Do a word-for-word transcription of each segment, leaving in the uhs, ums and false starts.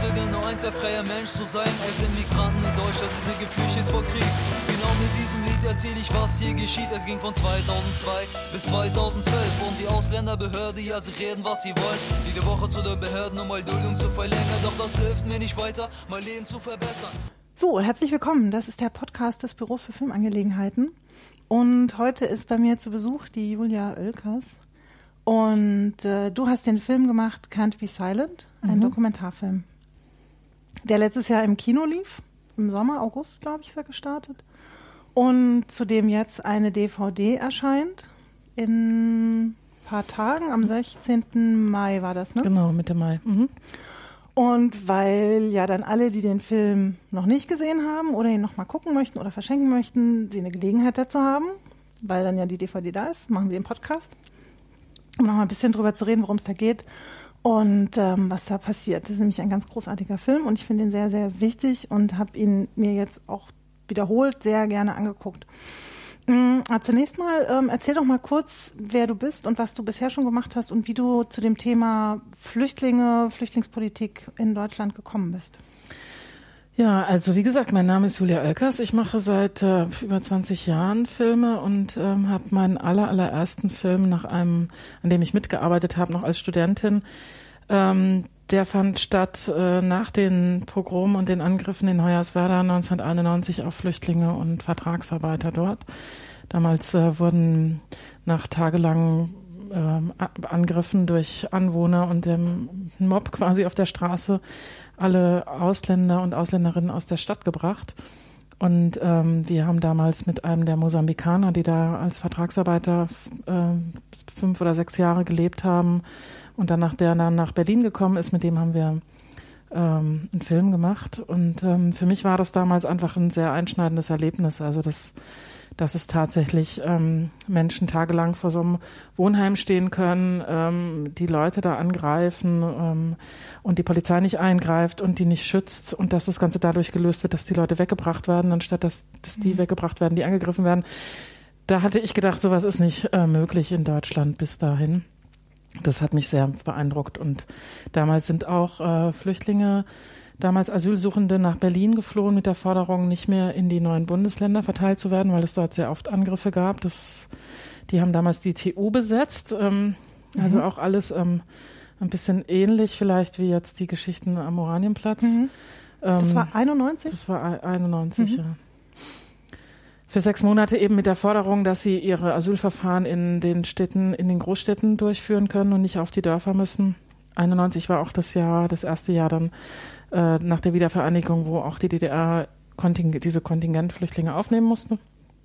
möchte nur eins, ein freier Mensch zu sein. Es sind Migranten in Deutschland, sie sind geflüchtet vor Krieg. Genau mit diesem Lied erzähle ich, was hier geschieht. Es ging von zweitausendzwei bis zweitausendzwölf und die Ausländerbehörde, ja, sie reden, was sie wollen. Jede Woche zu der Behörden, um mal Duldung zu verlängern. Doch das hilft mir nicht weiter, mein Leben zu verbessern. So, herzlich willkommen. Das ist der Podcast des Büros für Filmangelegenheiten. Und heute ist bei mir zu Besuch die Julia Oelkers. Und äh, du hast den Film gemacht, Can't Be Silent, ein mhm. Dokumentarfilm, der letztes Jahr im Kino lief, im Sommer, August, glaube ich, ist er gestartet. Und zu dem jetzt eine D V D erscheint, in ein paar Tagen, am sechzehnten Mai war das, ne? Genau, Mitte Mai. Mhm. Und weil ja dann alle, die den Film noch nicht gesehen haben oder ihn noch mal gucken möchten oder verschenken möchten, sie eine Gelegenheit dazu haben, weil dann ja die D V D da ist, machen wir den Podcast, um noch mal ein bisschen drüber zu reden, worum es da geht und ähm, was da passiert. Das ist nämlich ein ganz großartiger Film und ich finde ihn sehr, sehr wichtig und habe ihn mir jetzt auch wiederholt sehr gerne angeguckt. Mhm, zunächst mal, ähm, erzähl doch mal kurz, wer du bist und was du bisher schon gemacht hast und wie du zu dem Thema Flüchtlinge, Flüchtlingspolitik in Deutschland gekommen bist. Ja, also wie gesagt, mein Name ist Julia Oelkers. Ich mache seit äh, über zwanzig Jahren Filme und ähm, habe meinen aller, allerersten Film nach einem, an dem ich mitgearbeitet habe, noch als Studentin. Ähm, der fand statt äh, nach den Pogromen und den Angriffen in Hoyerswerda neunzehnhunderteinundneunzig auf Flüchtlinge und Vertragsarbeiter dort. Damals äh, wurden nach tagelangen äh, Angriffen durch Anwohner und dem Mob quasi auf der Straße alle Ausländer und Ausländerinnen aus der Stadt gebracht. Und ähm, wir haben damals mit einem der Mosambikaner, die da als Vertragsarbeiter äh, fünf oder sechs Jahre gelebt haben und danach der dann nach Berlin gekommen ist, mit dem haben wir ähm, einen Film gemacht. Und ähm, für mich war das damals einfach ein sehr einschneidendes Erlebnis. Also das dass es tatsächlich ähm, Menschen tagelang vor so einem Wohnheim stehen können, ähm, die Leute da angreifen ähm, und die Polizei nicht eingreift und die nicht schützt und dass das Ganze dadurch gelöst wird, dass die Leute weggebracht werden, anstatt dass, dass die mhm. weggebracht werden, die angegriffen werden. Da hatte ich gedacht, sowas ist nicht äh, möglich in Deutschland bis dahin. Das hat mich sehr beeindruckt und damals sind auch äh, Flüchtlinge damals Asylsuchende nach Berlin geflohen mit der Forderung, nicht mehr in die neuen Bundesländer verteilt zu werden, weil es dort sehr oft Angriffe gab. Das, die haben damals die T U besetzt. Ähm, mhm. Also auch alles ähm, ein bisschen ähnlich vielleicht wie jetzt die Geschichten am Oranienplatz. Mhm. Ähm, das war einundneunzig? Das war einundneunzig, mhm. ja. Für sechs Monate eben mit der Forderung, dass sie ihre Asylverfahren in den Städten, in den Großstädten durchführen können und nicht auf die Dörfer müssen. einundneunzig war auch das Jahr, das erste Jahr dann äh, nach der Wiedervereinigung, wo auch die D D R Konting- diese Kontingentflüchtlinge aufnehmen musste.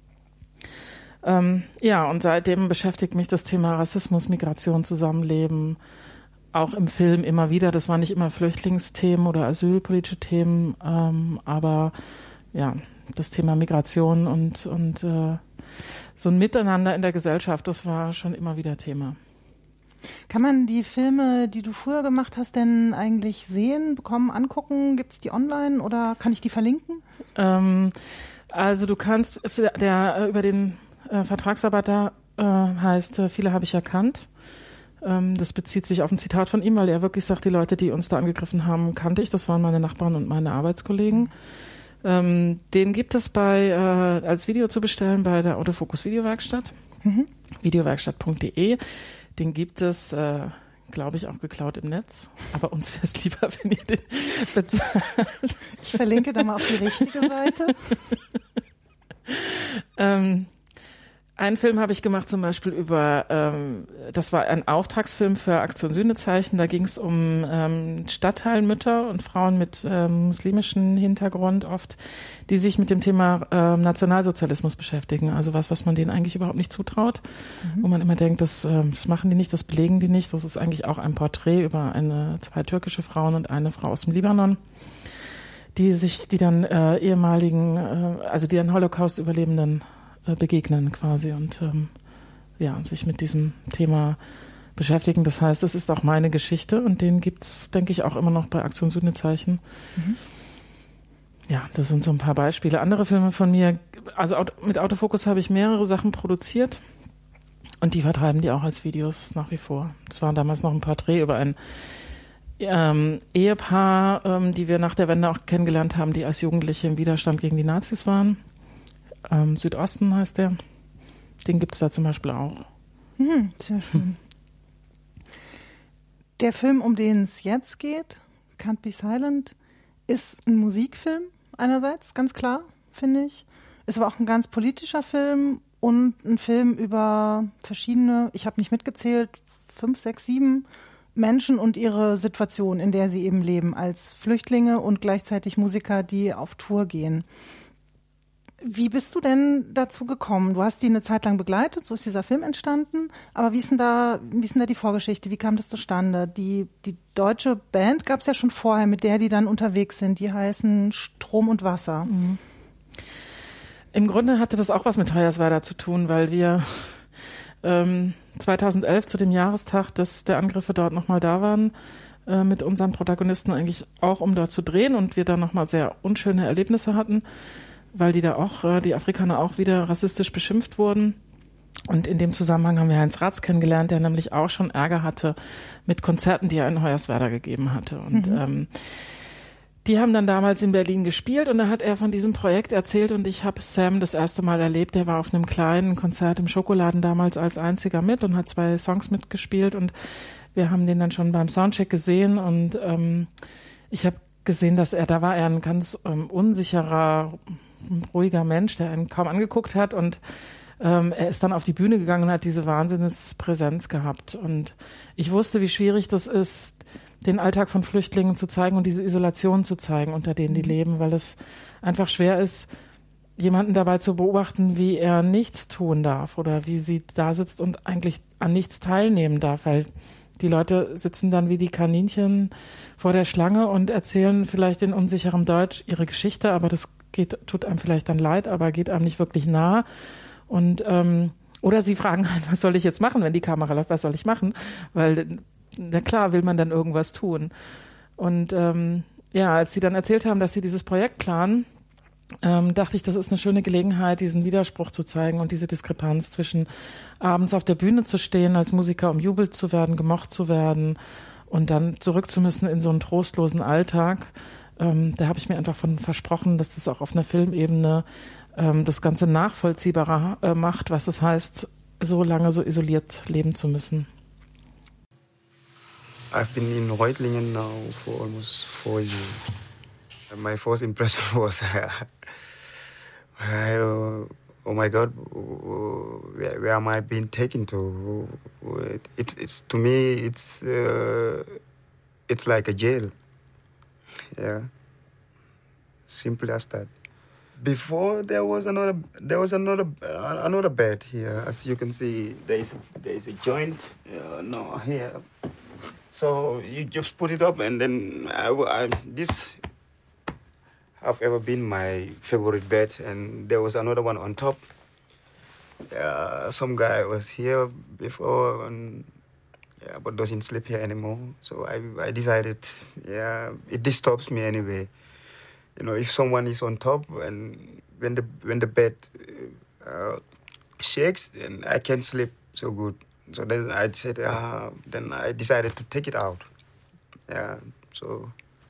Ähm, ja, und seitdem beschäftigt mich das Thema Rassismus, Migration, Zusammenleben, auch im Film immer wieder. Das waren nicht immer Flüchtlingsthemen oder asylpolitische Themen, ähm, aber ja, das Thema Migration und, und äh, so ein Miteinander in der Gesellschaft, das war schon immer wieder Thema. Kann man die Filme, die du früher gemacht hast, denn eigentlich sehen, bekommen, angucken? Gibt es die online oder kann ich die verlinken? Ähm, also du kannst, der über den äh, Vertragsarbeiter äh, heißt, äh, viele habe ich erkannt. Ähm, das bezieht sich auf ein Zitat von ihm, weil er wirklich sagt, die Leute, die uns da angegriffen haben, kannte ich. Das waren meine Nachbarn und meine Arbeitskollegen. Ähm, den gibt es bei äh, als Video zu bestellen bei der Autofokus Videowerkstatt, mhm. videowerkstatt punkt de. Den gibt es, äh, glaube ich, auch geklaut im Netz. Aber uns wäre es lieber, wenn ihr den bezahlt. Ich verlinke da mal auf die richtige Seite. ähm, einen Film habe ich gemacht zum Beispiel über, ähm, das war ein Auftragsfilm für Aktion Sühnezeichen. Da ging es um ähm, Stadtteilmütter und Frauen mit ähm, muslimischem Hintergrund oft, die sich mit dem Thema ähm, Nationalsozialismus beschäftigen. Also was, was man denen eigentlich überhaupt nicht zutraut. Mhm. Wo man immer denkt, das, äh, das machen die nicht, das belegen die nicht. Das ist eigentlich auch ein Porträt über eine, zwei türkische Frauen und eine Frau aus dem Libanon, die sich, die dann äh, ehemaligen, äh, also die dann Holocaust-Überlebenden begegnen quasi und ähm, ja, sich mit diesem Thema beschäftigen. Das heißt, es ist auch meine Geschichte und den gibt's, denke ich, auch immer noch bei Aktion Sühnezeichen. Mhm. Ja, das sind so ein paar Beispiele. Andere Filme von mir, also mit Autofokus habe ich mehrere Sachen produziert und die vertreiben die auch als Videos nach wie vor. Das war damals noch ein Porträt über ein ähm, Ehepaar, ähm, die wir nach der Wende auch kennengelernt haben, die als Jugendliche im Widerstand gegen die Nazis waren. Ähm, Südosten heißt der. Den gibt es da zum Beispiel auch. Hm, sehr schön. Der Film, um den es jetzt geht, Can't Be Silent, ist ein Musikfilm einerseits, ganz klar, finde ich. Ist aber auch ein ganz politischer Film und ein Film über verschiedene, ich habe nicht mitgezählt, fünf, sechs, sieben Menschen und ihre Situation, in der sie eben leben, als Flüchtlinge und gleichzeitig Musiker, die auf Tour gehen. Wie bist du denn dazu gekommen? Du hast die eine Zeit lang begleitet, so ist dieser Film entstanden. Aber wie ist denn da, wie ist denn da die Vorgeschichte? Wie kam das zustande? Die, die deutsche Band gab es ja schon vorher, mit der die dann unterwegs sind. Die heißen Strom und Wasser. Mhm. Im Grunde hatte das auch was mit Hoyerswerda zu tun, weil wir ähm, zweitausendelf zu dem Jahrestag des, der Angriffe dort nochmal da waren, äh, mit unseren Protagonisten eigentlich auch, um dort zu drehen und wir da nochmal sehr unschöne Erlebnisse hatten, weil die da auch, die Afrikaner auch wieder rassistisch beschimpft wurden. Und in dem Zusammenhang haben wir Heinz Ratz kennengelernt, der nämlich auch schon Ärger hatte mit Konzerten, die er in Hoyerswerda gegeben hatte. Und mhm. ähm, die haben dann damals in Berlin gespielt und da hat er von diesem Projekt erzählt und ich habe Sam das erste Mal erlebt. Der war auf einem kleinen Konzert im Schokoladen damals als einziger mit und hat zwei Songs mitgespielt und wir haben den dann schon beim Soundcheck gesehen und ähm, ich habe gesehen, dass er, da war er ein ganz ähm, unsicherer, ruhiger Mensch, der einen kaum angeguckt hat und ähm, er ist dann auf die Bühne gegangen und hat diese Wahnsinnspräsenz gehabt und ich wusste, wie schwierig das ist, den Alltag von Flüchtlingen zu zeigen und diese Isolation zu zeigen, unter denen die leben, weil es einfach schwer ist, jemanden dabei zu beobachten, wie er nichts tun darf oder wie sie da sitzt und eigentlich an nichts teilnehmen darf, weil die Leute sitzen dann wie die Kaninchen vor der Schlange und erzählen vielleicht in unsicherem Deutsch ihre Geschichte, aber das geht, tut einem vielleicht dann leid, aber geht einem nicht wirklich nah. Und ähm, oder sie fragen halt, was soll ich jetzt machen, wenn die Kamera läuft, was soll ich machen? Weil, na klar, will man dann irgendwas tun. Und ähm, ja, als sie dann erzählt haben, dass sie dieses Projekt planen, ähm, dachte ich, das ist eine schöne Gelegenheit, diesen Widerspruch zu zeigen und diese Diskrepanz zwischen abends auf der Bühne zu stehen, als Musiker umjubelt zu werden, gemocht zu werden und dann zurück zu müssen in so einen trostlosen Alltag. Ähm, da habe ich mir einfach von versprochen, dass das auch auf einer Filmebene ähm, das Ganze nachvollziehbarer äh, macht, was es heißt, so lange so isoliert leben zu müssen. I've been in Reutlingen now for almost four years. My first impression was, uh, uh, oh my God, where, where am I being taken to? It's, it's to me, it's uh, it's like a jail. Yeah, simple as that. Before there was another, there was another, uh, another bed here. As you can see, there is there is a joint. Uh, no, here. So you just put it up, and then I, I, this have ever been my favorite bed, and there was another one on top. Uh, some guy was here before, and yeah, but doesn't sleep here anymore. So I, I decided, yeah, it disturbs me anyway. You know, if someone is on top, and when the when the bed uh, shakes, and I can't sleep so good. So then I said, uh, then I decided to take it out. Yeah, so.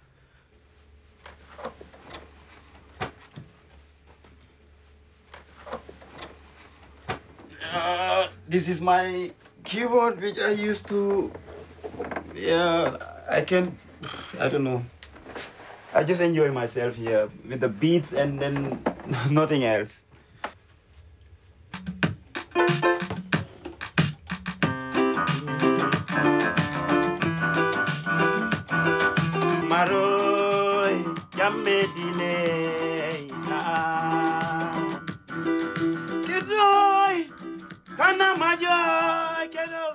Uh, this is my keyboard, which I used to, yeah, I can, I don't know. I just enjoy myself here with the beats and then nothing else. Maroy, Yamedine, Kidoy, Kana Majoy, Kido.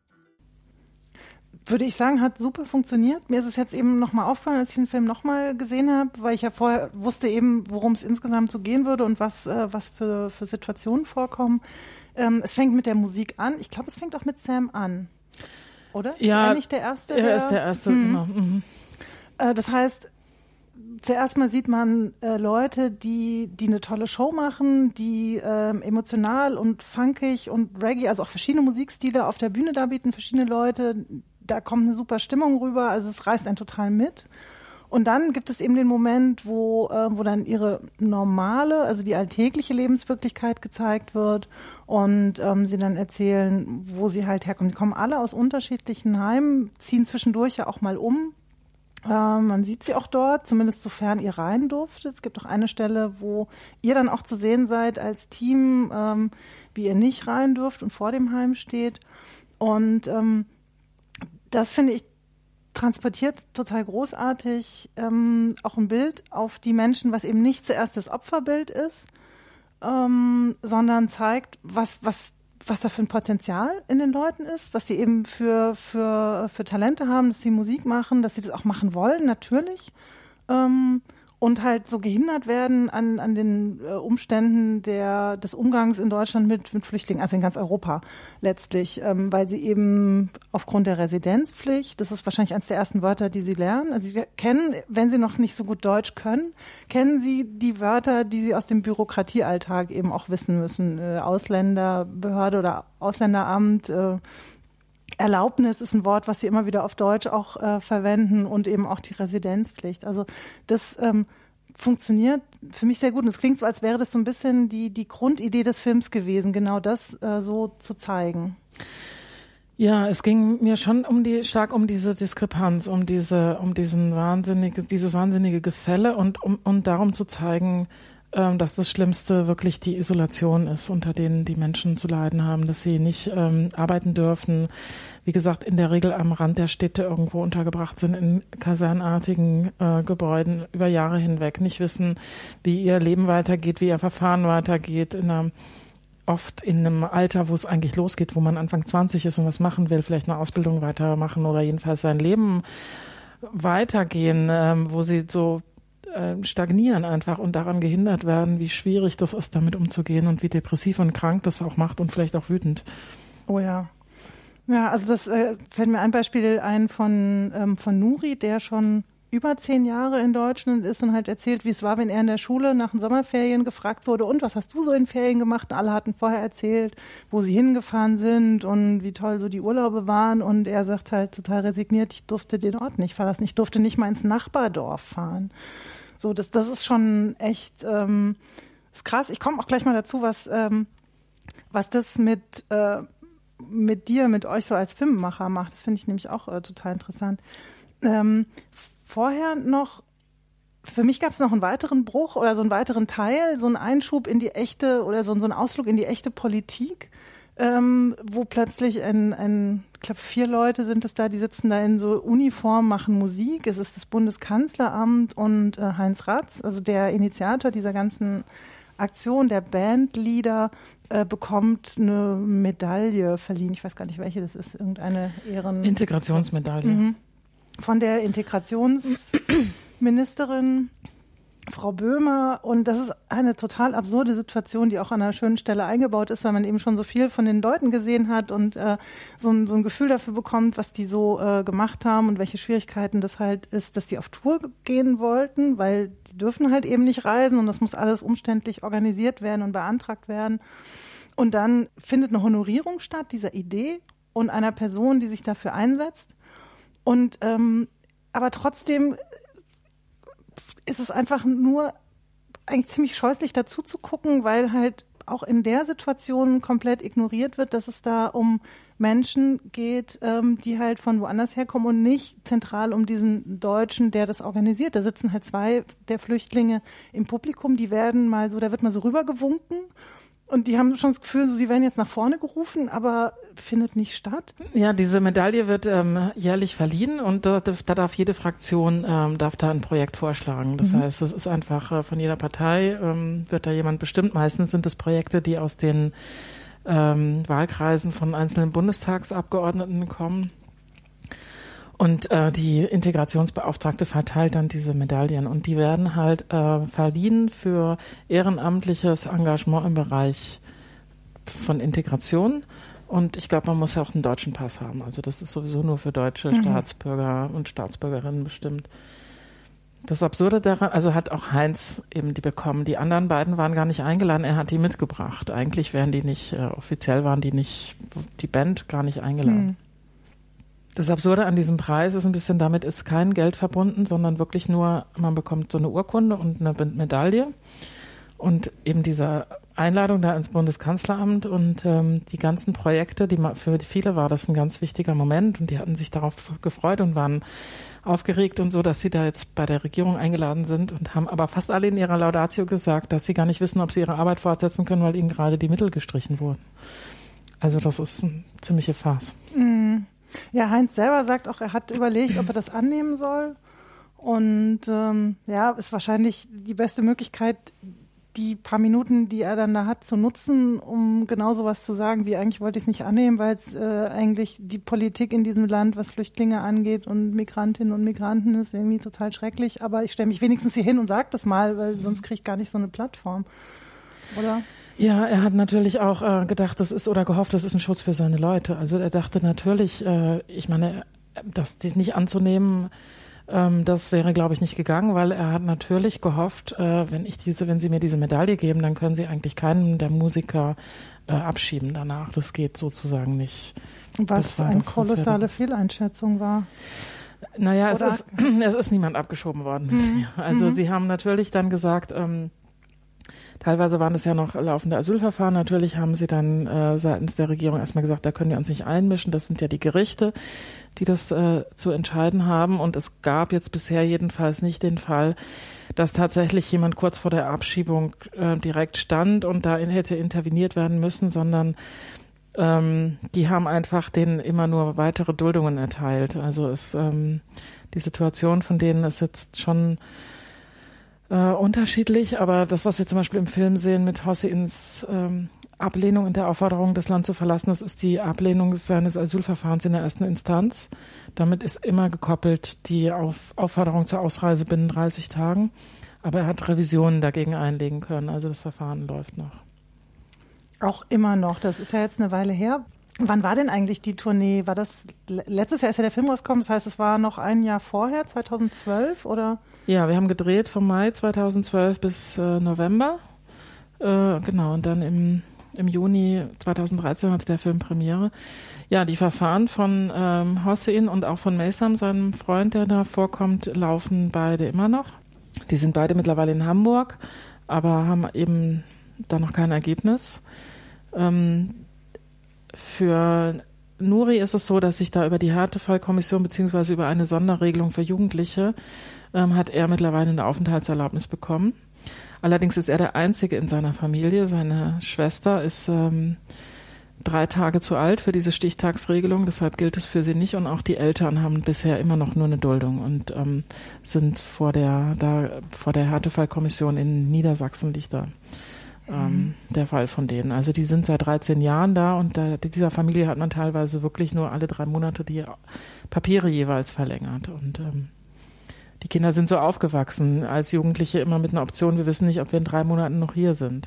Würde ich sagen, hat super funktioniert. Mir ist es jetzt eben nochmal aufgefallen, als ich den Film nochmal gesehen habe, weil ich ja vorher wusste eben, worum es insgesamt so gehen würde und was, äh, was für, für Situationen vorkommen. Ähm, es fängt mit der Musik an. Ich glaube, es fängt auch mit Sam an. Oder? Ist ja, er nicht der Erste? Er der, ist der Erste, hm. genau. Mhm. Äh, das heißt, zuerst mal sieht man äh, Leute, die, die eine tolle Show machen, die ähm, emotional und funkig und Reggae, also auch verschiedene Musikstile auf der Bühne darbieten, verschiedene Leute. da kommt eine super Stimmung rüber, also es reißt einen total mit. Und dann gibt es eben den Moment, wo, äh, wo dann ihre normale, also die alltägliche Lebenswirklichkeit gezeigt wird und ähm, sie dann erzählen, wo sie halt herkommen. Die kommen alle aus unterschiedlichen Heimen, ziehen zwischendurch ja auch mal um. Äh, man sieht sie auch dort, zumindest sofern ihr rein durfte. Es gibt auch eine Stelle, wo ihr dann auch zu sehen seid als Team, ähm, wie ihr nicht rein dürft und vor dem Heim steht. Und ähm, das finde ich transportiert total großartig ähm, auch ein Bild auf die Menschen, was eben nicht zuerst das Opferbild ist, ähm, sondern zeigt, was, was, was da für ein Potenzial in den Leuten ist, was sie eben für, für, für Talente haben, dass sie Musik machen, dass sie das auch machen wollen, natürlich. Ähm, und halt so gehindert werden an, an den äh, Umständen der, des Umgangs in Deutschland mit, mit Flüchtlingen, also in ganz Europa letztlich, ähm, weil sie eben aufgrund der Residenzpflicht, das ist wahrscheinlich eines der ersten Wörter, die sie lernen, also sie kennen, wenn sie noch nicht so gut Deutsch können, kennen sie die Wörter, die sie aus dem Bürokratiealltag eben auch wissen müssen, äh, Ausländerbehörde oder Ausländeramt, äh, Erlaubnis ist ein Wort, was sie immer wieder auf Deutsch auch äh, verwenden und eben auch die Residenzpflicht. Also das ähm, funktioniert für mich sehr gut. Und es klingt so, als wäre das so ein bisschen die, die Grundidee des Films gewesen, genau das äh, so zu zeigen. Ja, es ging mir schon um die, stark um diese Diskrepanz, um diese, um diesen wahnsinnige, dieses wahnsinnige Gefälle und um, und darum zu zeigen, ähm, dass das Schlimmste wirklich die Isolation ist, unter denen die Menschen zu leiden haben, dass sie nicht ähm, arbeiten dürfen, wie gesagt, in der Regel am Rand der Städte irgendwo untergebracht sind, in kasernartigen äh, Gebäuden über Jahre hinweg, nicht wissen, wie ihr Leben weitergeht, wie ihr Verfahren weitergeht, in einer, oft in einem Alter, wo es eigentlich losgeht, wo man Anfang zwanzig ist und was machen will, vielleicht eine Ausbildung weitermachen oder jedenfalls sein Leben weitergehen, ähm, wo sie so stagnieren einfach und daran gehindert werden, wie schwierig das ist, damit umzugehen und wie depressiv und krank das auch macht und vielleicht auch wütend. Oh ja. Ja, also das äh, fällt mir ein Beispiel ein von, ähm, von Nuri, der schon über zehn Jahre in Deutschland ist und halt erzählt, wie es war, wenn er in der Schule nach den Sommerferien gefragt wurde, und was hast du so in Ferien gemacht? Und alle hatten vorher erzählt, wo sie hingefahren sind und wie toll so die Urlaube waren, und er sagt halt total resigniert, ich durfte den Ort nicht verlassen, ich durfte nicht mal ins Nachbardorf fahren. So, das, das ist schon echt ähm, ist krass. Ich komme auch gleich mal dazu, was, ähm, was das mit, äh, mit dir, mit euch so als Filmemacher macht. Das finde ich nämlich auch äh, total interessant. Ähm, vorher noch, für mich gab es noch einen weiteren Bruch oder so einen weiteren Teil, so einen Einschub in die echte oder so, so einen Ausflug in die echte Politik, ähm, wo plötzlich ein, ein ich glaube, vier Leute sind es da, die sitzen da in so Uniform, machen Musik. Es ist das Bundeskanzleramt und äh, Heinz Ratz, also der Initiator dieser ganzen Aktion, der Bandleader, äh, bekommt eine Medaille verliehen. Ich weiß gar nicht, welche das ist, irgendeine Ehren... Integrationsmedaille. Mhm. Von der Integrationsministerin Frau Böhmer, und das ist eine total absurde Situation, die auch an einer schönen Stelle eingebaut ist, weil man eben schon so viel von den Leuten gesehen hat und äh, so, ein, so ein Gefühl dafür bekommt, was die so äh, gemacht haben und welche Schwierigkeiten das halt ist, dass die auf Tour gehen wollten, weil die dürfen halt eben nicht reisen und das muss alles umständlich organisiert werden und beantragt werden. Und dann findet eine Honorierung statt, dieser Idee und einer Person, die sich dafür einsetzt. Und ähm, aber trotzdem ist es einfach nur eigentlich ziemlich scheußlich dazu zu gucken, weil halt auch in der Situation komplett ignoriert wird, dass es da um Menschen geht, ähm, die halt von woanders herkommen und nicht zentral um diesen Deutschen, der das organisiert. Da sitzen halt zwei der Flüchtlinge im Publikum, die werden mal so, da wird mal so rübergewunken. Und die haben schon das Gefühl, so, sie werden jetzt nach vorne gerufen, aber findet nicht statt. Ja, diese Medaille wird ähm, jährlich verliehen und da, da darf jede Fraktion ähm, darf da ein Projekt vorschlagen. Das mhm. heißt, es ist einfach äh, von jeder Partei ähm, wird da jemand bestimmt. Meistens sind es Projekte, die aus den ähm, Wahlkreisen von einzelnen Bundestagsabgeordneten kommen. Und äh, die Integrationsbeauftragte verteilt dann diese Medaillen und die werden halt äh, verliehen für ehrenamtliches Engagement im Bereich von Integration. Und ich glaube, man muss ja auch einen deutschen Pass haben. Also das ist sowieso nur für deutsche mhm. Staatsbürger und Staatsbürgerinnen bestimmt. Das Absurde daran, also hat auch Heinz eben die bekommen. Die anderen beiden waren gar nicht eingeladen, er hat die mitgebracht. Eigentlich wären die nicht, äh, offiziell waren die nicht, die Band gar nicht eingeladen. Mhm. Das Absurde an diesem Preis ist ein bisschen, damit ist kein Geld verbunden, sondern wirklich nur, man bekommt so eine Urkunde und eine Medaille und eben diese Einladung da ins Bundeskanzleramt und ähm, die ganzen Projekte, die für viele war das ein ganz wichtiger Moment und die hatten sich darauf gefreut und waren aufgeregt und so, dass sie da jetzt bei der Regierung eingeladen sind und haben aber fast alle in ihrer Laudatio gesagt, dass sie gar nicht wissen, ob sie ihre Arbeit fortsetzen können, weil ihnen gerade die Mittel gestrichen wurden. Also das ist eine ziemliche Farce. Mhm. Ja, Heinz selber sagt auch, er hat überlegt, ob er das annehmen soll. Und ähm, ja, ist wahrscheinlich die beste Möglichkeit, die paar Minuten, die er dann da hat, zu nutzen, um genau sowas zu sagen, wie eigentlich wollte ich es nicht annehmen, weil es äh, eigentlich die Politik in diesem Land, was Flüchtlinge angeht und Migrantinnen und Migranten, ist irgendwie total schrecklich. Aber ich stelle mich wenigstens hier hin und sage das mal, weil sonst kriege ich gar nicht so eine Plattform. Oder? Ja, er hat natürlich auch äh, gedacht, das ist oder gehofft, das ist ein Schutz für seine Leute. Also er dachte natürlich, äh, ich meine, das nicht anzunehmen, ähm, das wäre, glaube ich, nicht gegangen, weil er hat natürlich gehofft, äh, wenn ich diese, wenn sie mir diese Medaille geben, dann können sie eigentlich keinen der Musiker äh, abschieben danach. Das geht sozusagen nicht. Was war eine das, kolossale was Fehleinschätzung war. Naja, es ist, es ist niemand abgeschoben worden bisher. Mhm. Also mhm. sie haben natürlich dann gesagt, ähm, teilweise waren es ja noch laufende Asylverfahren. Natürlich haben sie dann äh, seitens der Regierung erstmal gesagt, da können wir uns nicht einmischen. Das sind ja die Gerichte, die das äh, zu entscheiden haben. Und es gab jetzt bisher jedenfalls nicht den Fall, dass tatsächlich jemand kurz vor der Abschiebung äh, direkt stand und da in, hätte interveniert werden müssen, sondern ähm, die haben einfach denen immer nur weitere Duldungen erteilt. Also es, ähm, die Situation von denen ist jetzt schon Äh, unterschiedlich, aber das, was wir zum Beispiel im Film sehen mit Hosseins ähm, Ablehnung und der Aufforderung, das Land zu verlassen, das ist die Ablehnung seines Asylverfahrens in der ersten Instanz. Damit ist immer gekoppelt die Auf- Aufforderung zur Ausreise binnen dreißig Tagen. Aber er hat Revisionen dagegen einlegen können, also das Verfahren läuft noch. Auch immer noch, das ist ja jetzt eine Weile her. Wann war denn eigentlich die Tournee? War das letztes Jahr ist ja der Film rausgekommen, das heißt, es war noch ein Jahr vorher, zweitausendzwölf oder? Ja, wir haben gedreht vom Mai zweitausendzwölf bis äh, November. Äh, genau, und dann im, im Juni zweitausenddreizehn hatte der Film Premiere. Ja, die Verfahren von ähm, Hossein und auch von Meysam, seinem Freund, der da vorkommt, laufen beide immer noch. Die sind beide mittlerweile in Hamburg, aber haben eben da noch kein Ergebnis. Ähm, für Nuri ist es so, dass sich da über die Härtefallkommission beziehungsweise über eine Sonderregelung für Jugendliche ähm, hat er mittlerweile eine Aufenthaltserlaubnis bekommen. Allerdings ist er der Einzige in seiner Familie. Seine Schwester ist ähm, drei Tage zu alt für diese Stichtagsregelung, deshalb gilt es für sie nicht. Und auch die Eltern haben bisher immer noch nur eine Duldung und ähm, sind vor der, da, vor der Härtefallkommission in Niedersachsen liegt da. Ähm, der Fall von denen. Also die sind seit dreizehn Jahren da und da, dieser Familie hat man teilweise wirklich nur alle drei Monate die Papiere jeweils verlängert. Und ähm, die Kinder sind so aufgewachsen als Jugendliche immer mit einer Option, wir wissen nicht, ob wir in drei Monaten noch hier sind.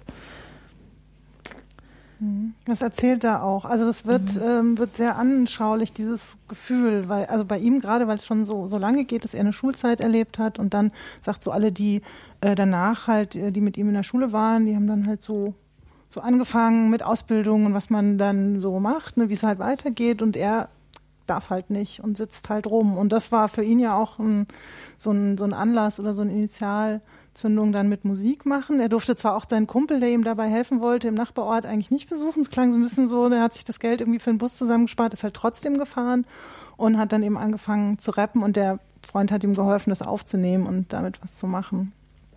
Das erzählt er auch. Also das wird, mhm. ähm, wird sehr anschaulich, dieses Gefühl, weil, also bei ihm gerade, weil es schon so, so lange geht, dass er eine Schulzeit erlebt hat und dann sagt so alle, die äh, danach halt, die mit ihm in der Schule waren, die haben dann halt so, so angefangen mit Ausbildung und was man dann so macht, ne, wie es halt weitergeht und er darf halt nicht und sitzt halt rum. Und das war für ihn ja auch ein, so, ein, so ein Anlass oder so eine Initialzündung dann mit Musik machen. Er durfte zwar auch seinen Kumpel, der ihm dabei helfen wollte, im Nachbarort eigentlich nicht besuchen. Es klang so ein bisschen so, der hat sich das Geld irgendwie für den Bus zusammengespart, ist halt trotzdem gefahren und hat dann eben angefangen zu rappen und der Freund hat ihm geholfen, das aufzunehmen und damit was zu machen.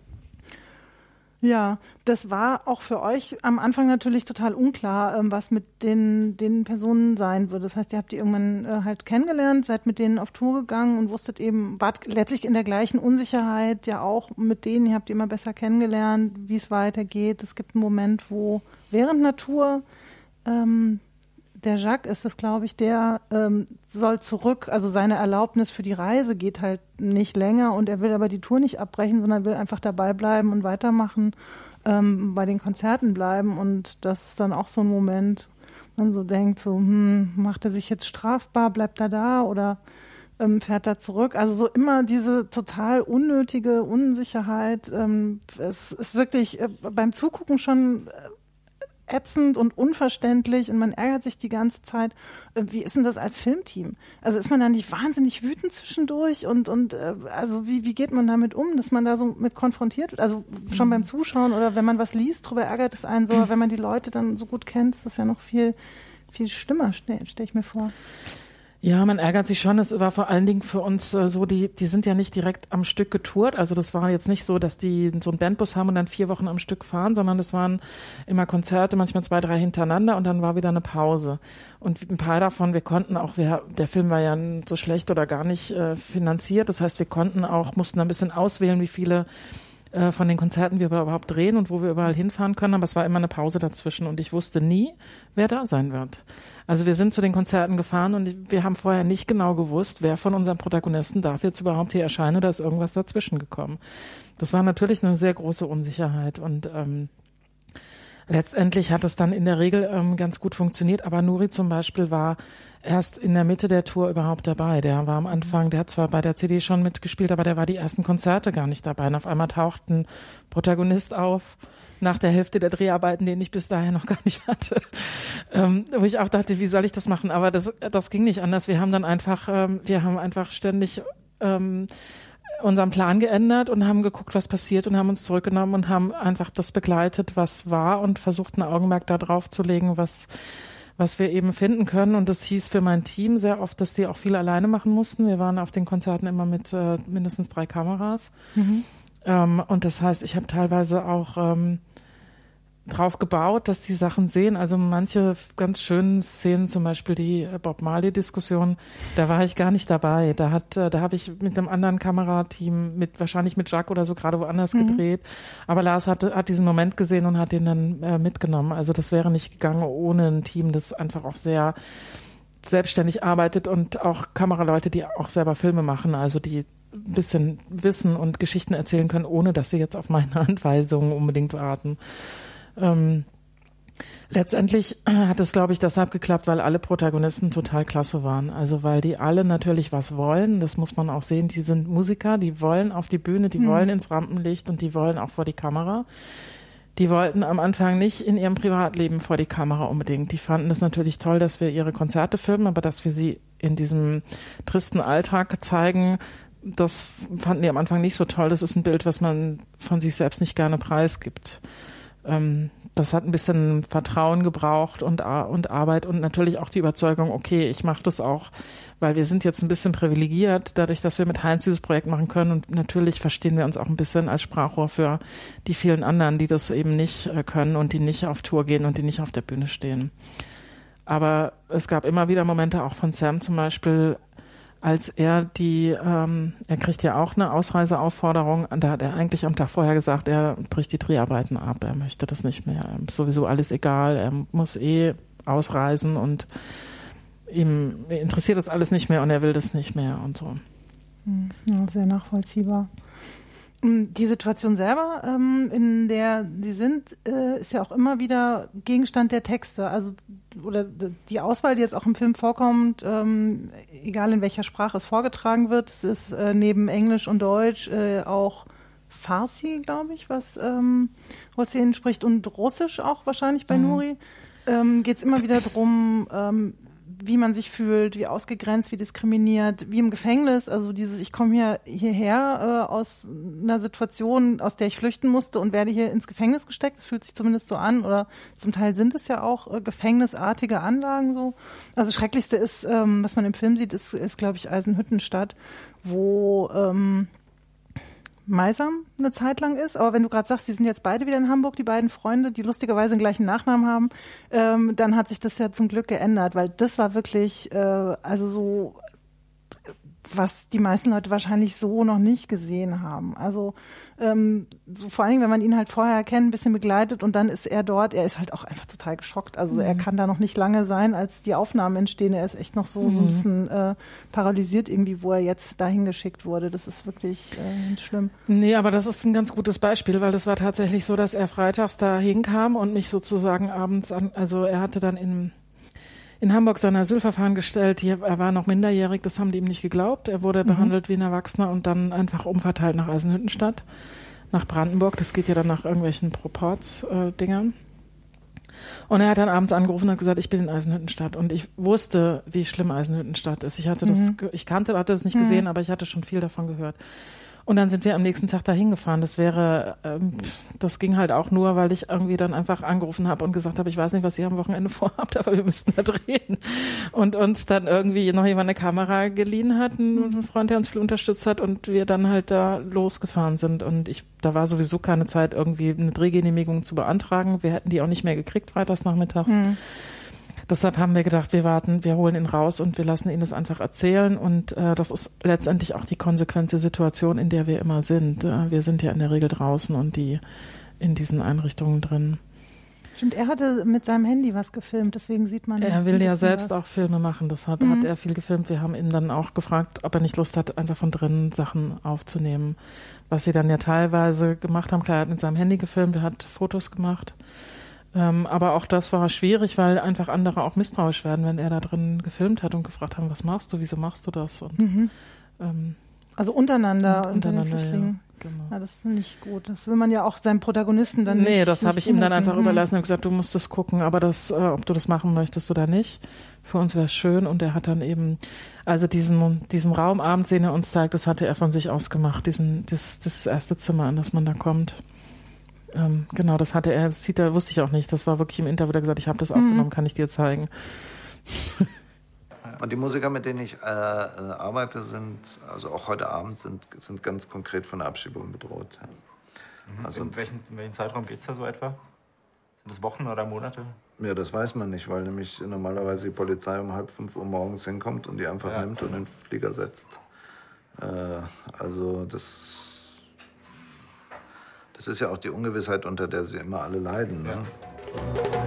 Ja, das war auch für euch am Anfang natürlich total unklar, ähm, was mit den, den Personen sein würde. Das heißt, ihr habt die irgendwann äh, halt kennengelernt, seid mit denen auf Tour gegangen und wusstet eben, wart letztlich in der gleichen Unsicherheit ja auch mit denen, ihr habt die immer besser kennengelernt, wie es weitergeht. Es gibt einen Moment, wo während einer Tour ähm, der Jacques ist es, glaube ich, der ähm, soll zurück, also seine Erlaubnis für die Reise geht halt nicht länger und er will aber die Tour nicht abbrechen, sondern will einfach dabei bleiben und weitermachen, ähm, bei den Konzerten bleiben und das ist dann auch so ein Moment, man so denkt, so, hm, macht er sich jetzt strafbar, bleibt er da oder ähm, fährt er zurück? Also so immer diese total unnötige Unsicherheit, ähm, es ist wirklich äh, beim Zugucken schon äh, ätzend und unverständlich und man ärgert sich die ganze Zeit. Wie ist denn das als Filmteam? Also ist man da nicht wahnsinnig wütend zwischendurch und, und also wie, wie geht man damit um, dass man da so mit konfrontiert wird? Also schon mhm. beim Zuschauen oder wenn man was liest, darüber ärgert es einen so, aber wenn man die Leute dann so gut kennt, ist das ja noch viel, viel schlimmer, stelle stell ich mir vor. Ja, man ärgert sich schon. Es war vor allen Dingen für uns äh, so, die die sind ja nicht direkt am Stück getourt. Also das war jetzt nicht so, dass die so einen Bandbus haben und dann vier Wochen am Stück fahren, sondern das waren immer Konzerte, manchmal zwei, drei hintereinander und dann war wieder eine Pause. Und ein paar davon, wir konnten auch, wir, der Film war ja so schlecht oder gar nicht äh, finanziert. Das heißt, wir konnten auch, mussten ein bisschen auswählen, wie viele äh, von den Konzerten wir überhaupt drehen und wo wir überall hinfahren können. Aber es war immer eine Pause dazwischen und ich wusste nie, wer da sein wird. Also wir sind zu den Konzerten gefahren und wir haben vorher nicht genau gewusst, wer von unseren Protagonisten darf jetzt überhaupt hier erscheinen oder ist irgendwas dazwischen gekommen. Das war natürlich eine sehr große Unsicherheit und ähm, letztendlich hat es dann in der Regel ähm, ganz gut funktioniert, aber Nuri zum Beispiel war erst in der Mitte der Tour überhaupt dabei. Der war am Anfang, der hat zwar bei der C D schon mitgespielt, aber der war die ersten Konzerte gar nicht dabei. Und auf einmal taucht ein Protagonist auf, nach der Hälfte der Dreharbeiten, den ich bis dahin noch gar nicht hatte, ähm, wo ich auch dachte, wie soll ich das machen? Aber das, das ging nicht anders. Wir haben dann einfach, ähm, wir haben einfach ständig ähm, unseren Plan geändert und haben geguckt, was passiert und haben uns zurückgenommen und haben einfach das begleitet, was war und versucht, ein Augenmerk da drauf zu legen, was was wir eben finden können. Und das hieß für mein Team sehr oft, dass die auch viel alleine machen mussten. Wir waren auf den Konzerten immer mit äh, mindestens drei Kameras. Mhm. Ähm, und das heißt, ich habe teilweise auch ähm, drauf gebaut, dass die Sachen sehen. Also manche ganz schönen Szenen, zum Beispiel die Bob Marley-Diskussion, da war ich gar nicht dabei. Da hat, da habe ich mit einem anderen Kamerateam, mit wahrscheinlich mit Jacques oder so gerade woanders mhm. gedreht. Aber Lars hat, hat diesen Moment gesehen und hat den dann äh, mitgenommen. Also das wäre nicht gegangen ohne ein Team, das einfach auch sehr selbstständig arbeitet und auch Kameraleute, die auch selber Filme machen, also die ein bisschen wissen und Geschichten erzählen können, ohne dass sie jetzt auf meine Anweisungen unbedingt warten. Ähm, letztendlich hat es, glaube ich, deshalb geklappt, weil alle Protagonisten total klasse waren. Also weil die alle natürlich was wollen, das muss man auch sehen, die sind Musiker, die wollen auf die Bühne, die mhm. wollen ins Rampenlicht und die wollen auch vor die Kamera. Die wollten am Anfang nicht in ihrem Privatleben vor die Kamera unbedingt. Die fanden es natürlich toll, dass wir ihre Konzerte filmen, aber dass wir sie in diesem tristen Alltag zeigen, das fanden die am Anfang nicht so toll. Das ist ein Bild, was man von sich selbst nicht gerne preisgibt. Ähm, das hat ein bisschen Vertrauen gebraucht und, und Arbeit und natürlich auch die Überzeugung, okay, ich mache das auch, weil wir sind jetzt ein bisschen privilegiert, dadurch, dass wir mit Heinz dieses Projekt machen können und natürlich verstehen wir uns auch ein bisschen als Sprachrohr für die vielen anderen, die das eben nicht können und die nicht auf Tour gehen und die nicht auf der Bühne stehen. Aber es gab immer wieder Momente, auch von Sam zum Beispiel, als er die, ähm, er kriegt ja auch eine Ausreiseaufforderung, da hat er eigentlich am Tag vorher gesagt, er bricht die Dreharbeiten ab, er möchte das nicht mehr, ihm ist sowieso alles egal, er muss eh ausreisen und ihm interessiert das alles nicht mehr und er will das nicht mehr und so. Ja, sehr nachvollziehbar. Die Situation selber, ähm, in der sie sind, äh, ist ja auch immer wieder Gegenstand der Texte. Also oder die Auswahl, die jetzt auch im Film vorkommt, ähm, egal in welcher Sprache es vorgetragen wird, es ist äh, neben Englisch und Deutsch äh, auch Farsi, glaube ich, was ähm, Hossein spricht und Russisch auch wahrscheinlich bei mhm. Nuri. Ähm, geht es immer wieder drum, ähm, wie man sich fühlt, wie ausgegrenzt, wie diskriminiert, wie im Gefängnis. Also dieses, ich komme hier hierher äh, aus einer Situation, aus der ich flüchten musste und werde hier ins Gefängnis gesteckt. Das fühlt sich zumindest so an. Oder zum Teil sind es ja auch äh, gefängnisartige Anlagen so. Also das Schrecklichste ist, ähm, was man im Film sieht, ist, ist glaube ich, Eisenhüttenstadt, wo ähm, Meisam eine Zeit lang ist, aber wenn du gerade sagst, die sind jetzt beide wieder in Hamburg, die beiden Freunde, die lustigerweise den gleichen Nachnamen haben, ähm, dann hat sich das ja zum Glück geändert, weil das war wirklich, äh, also so, was die meisten Leute wahrscheinlich so noch nicht gesehen haben. Also ähm, so vor allen Dingen, wenn man ihn halt vorher kennt, ein bisschen begleitet und dann ist er dort, er ist halt auch einfach total geschockt. Also mhm. er kann da noch nicht lange sein, als die Aufnahmen entstehen. Er ist echt noch so, mhm. so ein bisschen äh, paralysiert irgendwie, wo er jetzt dahin geschickt wurde. Das ist wirklich äh, schlimm. Nee, aber das ist ein ganz gutes Beispiel, weil das war tatsächlich so, dass er freitags da hinkam und mich sozusagen abends an, also er hatte dann in in Hamburg sein Asylverfahren gestellt. Er war noch minderjährig, das haben die ihm nicht geglaubt. Er wurde mhm. behandelt wie ein Erwachsener und dann einfach umverteilt nach Eisenhüttenstadt, nach Brandenburg. Das geht ja dann nach irgendwelchen Proports-Dingern. Äh, Und er hat dann abends angerufen und hat gesagt, ich bin in Eisenhüttenstadt. Und ich wusste, wie schlimm Eisenhüttenstadt ist. Ich hatte das, mhm. ich kannte, hatte es nicht mhm. gesehen, aber ich hatte schon viel davon gehört. Und dann sind wir am nächsten Tag da hingefahren. Das wäre, ähm, das ging halt auch nur, weil ich irgendwie dann einfach angerufen habe und gesagt habe, ich weiß nicht, was ihr am Wochenende vorhabt, aber wir müssten da drehen. Und uns dann irgendwie noch jemand eine Kamera geliehen hat, ein Freund, der uns viel unterstützt hat, und wir dann halt da losgefahren sind. Und ich, da war sowieso keine Zeit, irgendwie eine Drehgenehmigung zu beantragen. Wir hätten die auch nicht mehr gekriegt, freitags nachmittags. Mhm. Deshalb haben wir gedacht, wir warten, wir holen ihn raus und wir lassen ihn das einfach erzählen. Und äh, das ist letztendlich auch die konsequente Situation, in der wir immer sind. Äh, wir sind ja in der Regel draußen und die in diesen Einrichtungen drin. Stimmt, er hatte mit seinem Handy was gefilmt, deswegen sieht man... Er will ja selbst was. auch Filme machen, deshalb mhm. hat er viel gefilmt. Wir haben ihn dann auch gefragt, ob er nicht Lust hat, einfach von drinnen Sachen aufzunehmen. Was sie dann ja teilweise gemacht haben. Klar, er hat mit seinem Handy gefilmt, er hat Fotos gemacht. Ähm, aber auch das war schwierig, weil einfach andere auch misstrauisch werden, wenn er da drin gefilmt hat und gefragt haben, was machst du, wieso machst du das? Und, mhm. ähm, also untereinander, und unter untereinander, den Flüchtlingen. Ja, genau. Ja, das ist nicht gut. Das will man ja auch seinem Protagonisten dann nee, nicht. Nee, das habe ich ihm dann einfach mhm. überlassen und gesagt, du musst das gucken, aber das, äh, ob du das machen möchtest oder nicht. Für uns wäre es schön. Und er hat dann eben, also diesen, diesen Raumabend, den er uns zeigt, das hatte er von sich aus gemacht, diesen, das, das erste Zimmer, in das man da kommt. Ähm, genau, das hatte er, das sieht er, wusste ich auch nicht. Das war wirklich im Interview, da gesagt, ich habe das aufgenommen, mhm. kann ich dir zeigen. Und die Musiker, mit denen ich äh, arbeite, sind, also auch heute Abend, sind, sind ganz konkret von der Abschiebung bedroht. Mhm. Also in welchen, in welchen Zeitraum geht es da so etwa? Sind das Wochen oder Monate? Ja, das weiß man nicht, weil nämlich normalerweise die Polizei um halb fünf Uhr morgens hinkommt und die einfach ja. nimmt und in den Flieger setzt. Äh, also das... Das ist ja auch die Ungewissheit, unter der sie immer alle leiden. Ne? Ja.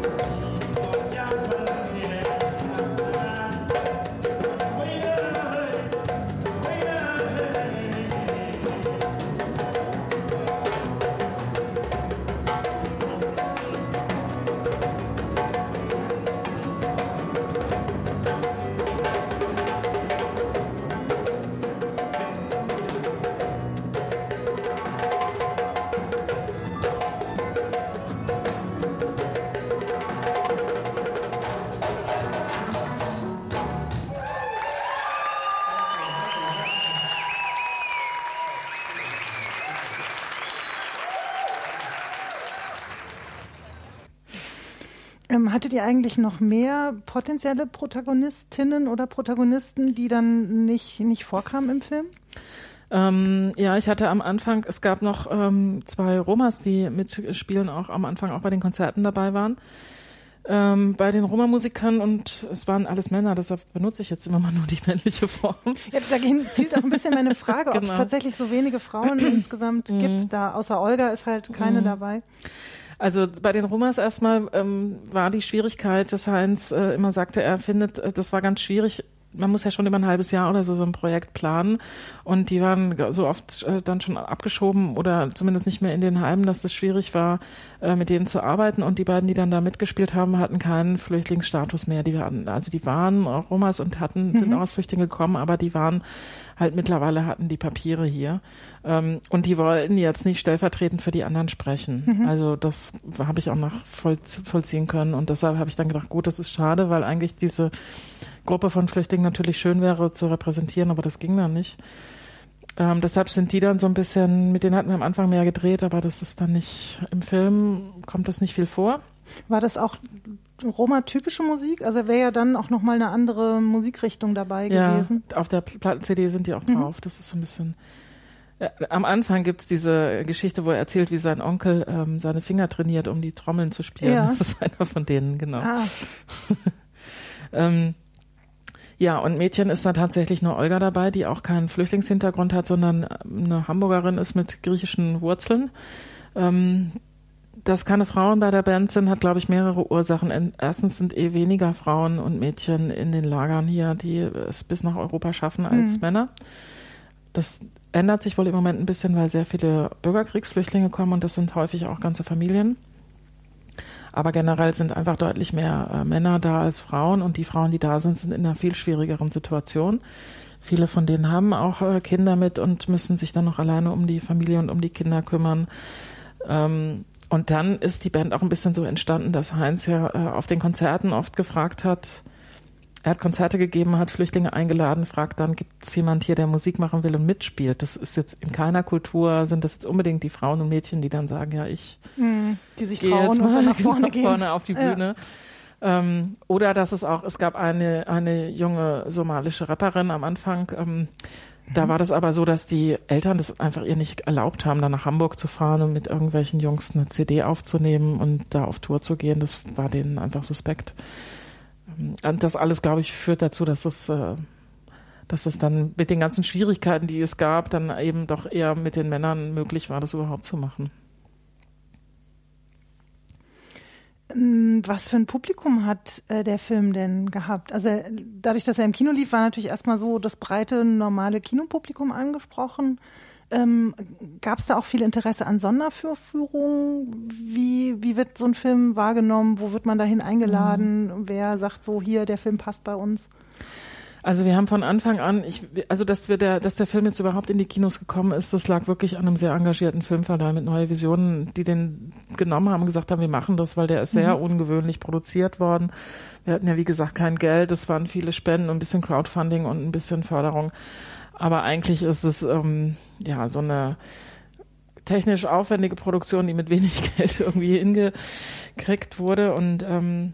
Hattet ihr eigentlich noch mehr potenzielle Protagonistinnen oder Protagonisten, die dann nicht, nicht vorkamen im Film? Ähm, ja, ich hatte am Anfang, es gab noch ähm, zwei Romas, die mitspielen, auch am Anfang auch bei den Konzerten dabei waren. Ähm, bei den Roma-Musikern, und es waren alles Männer, deshalb benutze ich jetzt immer mal nur die männliche Form. Ja, dagegen zielt auch ein bisschen meine Frage, genau. ob es tatsächlich so wenige Frauen insgesamt mhm. gibt. Da außer Olga ist halt keine mhm. dabei. Also bei den Romas erstmal ähm, war die Schwierigkeit, dass Heinz äh, immer sagte, er findet, äh, das war ganz schwierig. Man muss ja schon über ein halbes Jahr oder so so ein Projekt planen, und die waren so oft äh, dann schon abgeschoben oder zumindest nicht mehr in den Heimen, dass es schwierig war, äh, mit denen zu arbeiten, und die beiden, die dann da mitgespielt haben, hatten keinen Flüchtlingsstatus mehr. Die hatten, also die waren auch Romas und hatten, mhm. sind auch als Flüchtlinge gekommen, aber die waren halt mittlerweile hatten die Papiere hier, ähm, und die wollten jetzt nicht stellvertretend für die anderen sprechen. Mhm. Also das habe ich auch noch voll, vollziehen können, und deshalb habe ich dann gedacht, gut, das ist schade, weil eigentlich diese Gruppe von Flüchtlingen natürlich schön wäre zu repräsentieren, aber das ging dann nicht. Ähm, deshalb sind die dann so ein bisschen, mit denen hatten wir am Anfang mehr gedreht, aber das ist dann nicht, im Film kommt das nicht viel vor. War das auch Roma-typische Musik? Also wäre ja dann auch nochmal eine andere Musikrichtung dabei ja, gewesen. Auf der Platten-C D sind die auch drauf. Mhm. Das ist so ein bisschen... Äh, am Anfang gibt's diese Geschichte, wo er erzählt, wie sein Onkel ähm, seine Finger trainiert, um die Trommeln zu spielen. Ja. Das ist einer von denen, genau. Ah. ähm, Ja, und Mädchen ist da tatsächlich nur Olga dabei, die auch keinen Flüchtlingshintergrund hat, sondern eine Hamburgerin ist mit griechischen Wurzeln. Ähm, dass keine Frauen bei der Band sind, hat, glaube ich, mehrere Ursachen. Erstens sind eh weniger Frauen und Mädchen in den Lagern hier, die es bis nach Europa schaffen, als mhm. Männer. Das ändert sich wohl im Moment ein bisschen, weil sehr viele Bürgerkriegsflüchtlinge kommen, und das sind häufig auch ganze Familien. Aber generell sind einfach deutlich mehr äh, Männer da als Frauen, und die Frauen, die da sind, sind in einer viel schwierigeren Situation. Viele von denen haben auch äh, Kinder mit und müssen sich dann noch alleine um die Familie und um die Kinder kümmern. Ähm, und dann ist die Band auch ein bisschen so entstanden, dass Heinz ja äh, auf den Konzerten oft gefragt hat, er hat Konzerte gegeben, hat Flüchtlinge eingeladen, fragt dann, gibt es jemand hier, der Musik machen will und mitspielt? Das ist jetzt in keiner Kultur, sind das jetzt unbedingt die Frauen und Mädchen, die dann sagen, ja, ich hm, die sich gehe trauen jetzt und mal dann nach vorne nach gehen. vorne auf die Bühne. Ja. Ähm, oder dass es auch, es gab eine, eine junge somalische Rapperin am Anfang, ähm, da war das aber so, dass die Eltern das einfach ihr nicht erlaubt haben, dann nach Hamburg zu fahren und mit irgendwelchen Jungs eine C D aufzunehmen und da auf Tour zu gehen. Das war denen einfach suspekt. Und das alles, glaube ich, führt dazu, dass es, äh, dass es dann mit den ganzen Schwierigkeiten, die es gab, dann eben doch eher mit den Männern möglich war, das überhaupt zu machen. Was für ein Publikum hat äh, der Film denn gehabt? Also dadurch, dass er im Kino lief, war natürlich erstmal so das breite, normale Kinopublikum angesprochen. Ähm, gab es da auch viel Interesse an Sondervorführungen? Wie, wie wird so ein Film wahrgenommen? Wo wird man dahin eingeladen? Mhm. Wer sagt so, hier, der Film passt bei uns? Also wir haben von Anfang an, ich, also dass wir der, dass der Film jetzt überhaupt in die Kinos gekommen ist, das lag wirklich an einem sehr engagierten Filmverleih mit Neue Visionen, die den genommen haben und gesagt haben, wir machen das, weil der ist sehr mhm. ungewöhnlich produziert worden. Wir hatten ja, wie gesagt, kein Geld, es waren viele Spenden und ein bisschen Crowdfunding und ein bisschen Förderung. Aber eigentlich ist es ähm, ja so eine technisch aufwendige Produktion, die mit wenig Geld irgendwie hingekriegt wurde. Und ähm,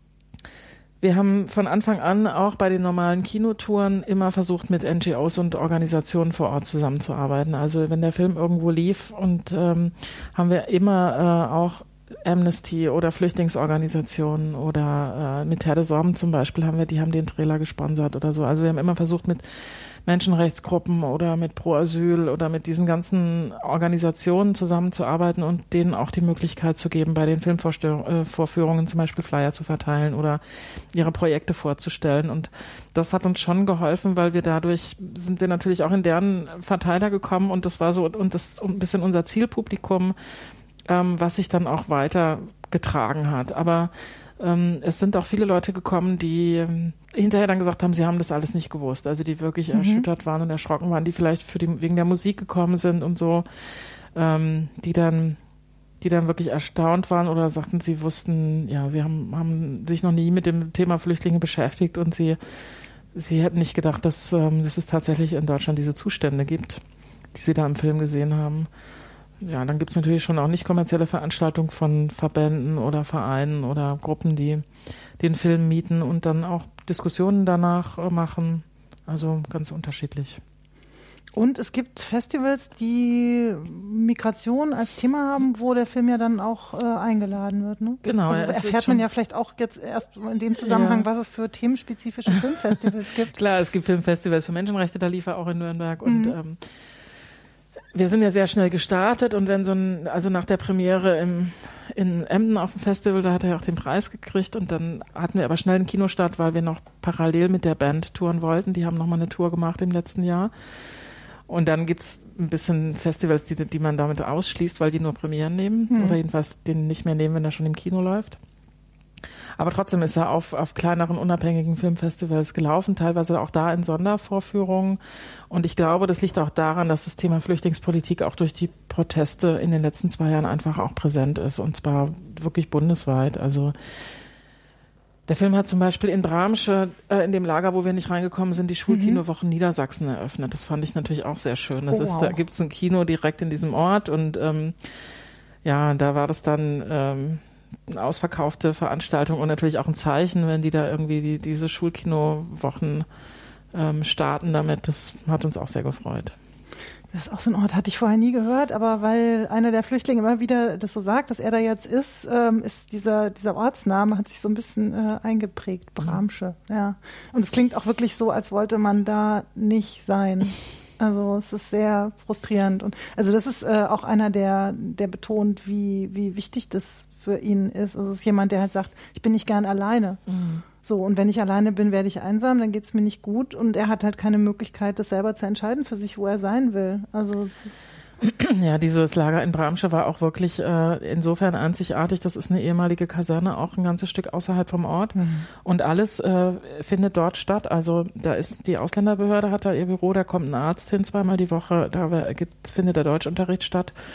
wir haben von Anfang an auch bei den normalen Kinotouren immer versucht, mit N G Os und Organisationen vor Ort zusammenzuarbeiten. Also wenn der Film irgendwo lief, und ähm, haben wir immer äh, auch Amnesty oder Flüchtlingsorganisationen oder äh, mit Terre des Hommes zum Beispiel haben wir, die haben den Trailer gesponsert oder so. Also wir haben immer versucht, mit Menschenrechtsgruppen oder mit Pro Asyl oder mit diesen ganzen Organisationen zusammenzuarbeiten und denen auch die Möglichkeit zu geben, bei den Filmvorführungen zum Beispiel Flyer zu verteilen oder ihre Projekte vorzustellen. Und das hat uns schon geholfen, weil wir dadurch sind wir natürlich auch in deren Verteiler gekommen, und das war so und das ein bisschen unser Zielpublikum, ähm, was sich dann auch weiter getragen hat. Aber ähm, es sind auch viele Leute gekommen, die ähm, hinterher dann gesagt haben, sie haben das alles nicht gewusst. Also die wirklich mhm. erschüttert waren und erschrocken waren, die vielleicht für die, wegen der Musik gekommen sind und so, ähm, die dann die dann wirklich erstaunt waren oder sagten, sie wussten, ja, sie haben, haben sich noch nie mit dem Thema Flüchtlinge beschäftigt und sie, sie hätten nicht gedacht, dass, ähm, dass es tatsächlich in Deutschland diese Zustände gibt, die sie da im Film gesehen haben. Ja, dann gibt es natürlich schon auch nicht kommerzielle Veranstaltungen von Verbänden oder Vereinen oder Gruppen, die den Film mieten und dann auch Diskussionen danach machen. Also ganz unterschiedlich. Und es gibt Festivals, die Migration als Thema haben, wo der Film ja dann auch äh, eingeladen wird. Ne? Genau. Also ja, erfährt man ja vielleicht auch jetzt erst in dem Zusammenhang, ja. was es für themenspezifische Filmfestivals gibt. Klar, es gibt Filmfestivals für Menschenrechte, da lief er auch in Nürnberg und mhm. ähm, wir sind ja sehr schnell gestartet, und wenn so ein, also nach der Premiere im, in Emden auf dem Festival, da hat er auch den Preis gekriegt, und dann hatten wir aber schnell einen Kinostart, weil wir noch parallel mit der Band touren wollten. Die haben nochmal eine Tour gemacht im letzten Jahr. Und dann gibt's ein bisschen Festivals, die, die man damit ausschließt, weil die nur Premieren nehmen hm. oder jedenfalls den nicht mehr nehmen, wenn er schon im Kino läuft. Aber trotzdem ist er auf, auf kleineren, unabhängigen Filmfestivals gelaufen, teilweise auch da in Sondervorführungen. Und ich glaube, das liegt auch daran, dass das Thema Flüchtlingspolitik auch durch die Proteste in den letzten zwei Jahren einfach auch präsent ist, und zwar wirklich bundesweit. Also der Film hat zum Beispiel in Bramsche, äh, in dem Lager, wo wir nicht reingekommen sind, die Schulkinowochen mhm. Niedersachsen eröffnet. Das fand ich natürlich auch sehr schön. Das oh, ist, wow. Da gibt es ein Kino direkt in diesem Ort, und ähm, ja, da war das dann ähm, eine ausverkaufte Veranstaltung und natürlich auch ein Zeichen, wenn die da irgendwie die, diese Schulkinowochen ähm, starten damit. Das hat uns auch sehr gefreut. Das ist auch so ein Ort, hatte ich vorher nie gehört, aber weil einer der Flüchtlinge immer wieder das so sagt, dass er da jetzt ist, ähm, ist dieser, dieser Ortsname hat sich so ein bisschen äh, eingeprägt, Bramsche, ja. Und es klingt auch wirklich so, als wollte man da nicht sein. Also es ist sehr frustrierend. Und also das ist äh, auch einer, der, der betont, wie, wie wichtig das für ihn ist. Also es ist jemand, der halt sagt, ich bin nicht gern alleine. Mhm. So, und wenn ich alleine bin, werde ich einsam, dann geht's mir nicht gut, und er hat halt keine Möglichkeit, das selber zu entscheiden für sich, wo er sein will. Also es ist ja, dieses Lager in Bramsche war auch wirklich äh, insofern einzigartig. Das ist eine ehemalige Kaserne, auch ein ganzes Stück außerhalb vom Ort. Mhm. Und alles äh, findet dort statt. Also da ist die Ausländerbehörde, hat da ihr Büro, da kommt ein Arzt hin zweimal die Woche, da gibt, findet der Deutschunterricht statt.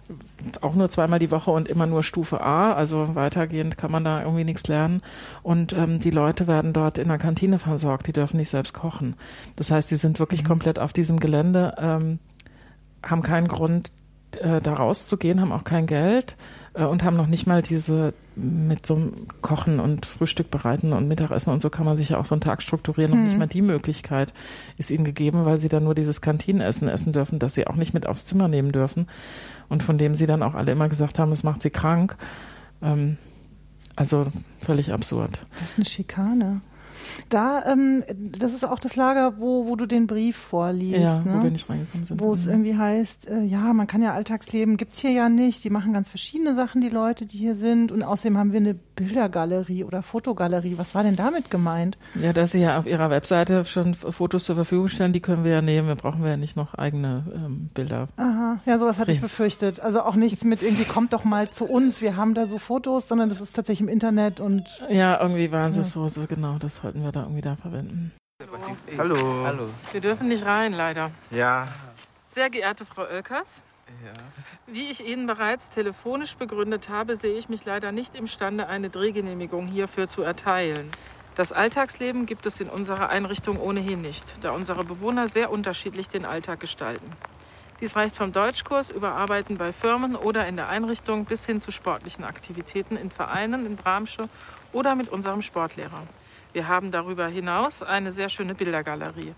auch nur zweimal die Woche und immer nur Stufe A, also weitergehend kann man da irgendwie nichts lernen. Und ähm, die Leute werden dort in der Kantine versorgt, die dürfen nicht selbst kochen. Das heißt, sie sind wirklich mhm. komplett auf diesem Gelände, ähm, haben keinen Grund, äh, da rauszugehen, haben auch kein Geld äh, und haben noch nicht mal diese mit so einem Kochen und Frühstück bereiten und Mittagessen und so kann man sich ja auch so einen Tag strukturieren. Mhm. Noch nicht mal die Möglichkeit ist ihnen gegeben, weil sie dann nur dieses Kantinenessen essen dürfen, das sie auch nicht mit aufs Zimmer nehmen dürfen. Und von dem sie dann auch alle immer gesagt haben, es macht sie krank. Ähm, also völlig absurd. Das ist eine Schikane. Da, ähm, das ist auch das Lager, wo, wo du den Brief vorliest. Ja, ne? wo wir nicht reingekommen sind. Wo es mhm. irgendwie heißt, äh, ja, man kann ja Alltagsleben, gibt's hier ja nicht. Die machen ganz verschiedene Sachen, die Leute, die hier sind. Und außerdem haben wir eine Bildergalerie oder Fotogalerie. Was war denn damit gemeint? Ja, dass sie ja auf ihrer Webseite schon Fotos zur Verfügung stellen, die können wir ja nehmen. Wir brauchen wir ja nicht noch eigene ähm, Bilder. Aha, ja, sowas hatte ich befürchtet. Also auch nichts mit irgendwie, kommt doch mal zu uns, wir haben da so Fotos, sondern das ist tatsächlich im Internet und... Ja, irgendwie waren sie ja. so, so, genau, das sollten wir da irgendwie da verwenden. Hallo. Hallo. Wir dürfen nicht rein, leider. Ja. Sehr geehrte Frau Oelkers, ja. wie ich Ihnen bereits telefonisch begründet habe, sehe ich mich leider nicht imstande, eine Drehgenehmigung hierfür zu erteilen. Das Alltagsleben gibt es in unserer Einrichtung ohnehin nicht, da unsere Bewohner sehr unterschiedlich den Alltag gestalten. Dies reicht vom Deutschkurs über Arbeiten bei Firmen oder in der Einrichtung bis hin zu sportlichen Aktivitäten in Vereinen, in Bramsche oder mit unserem Sportlehrer. Wir haben darüber hinaus eine sehr schöne Bildergalerie.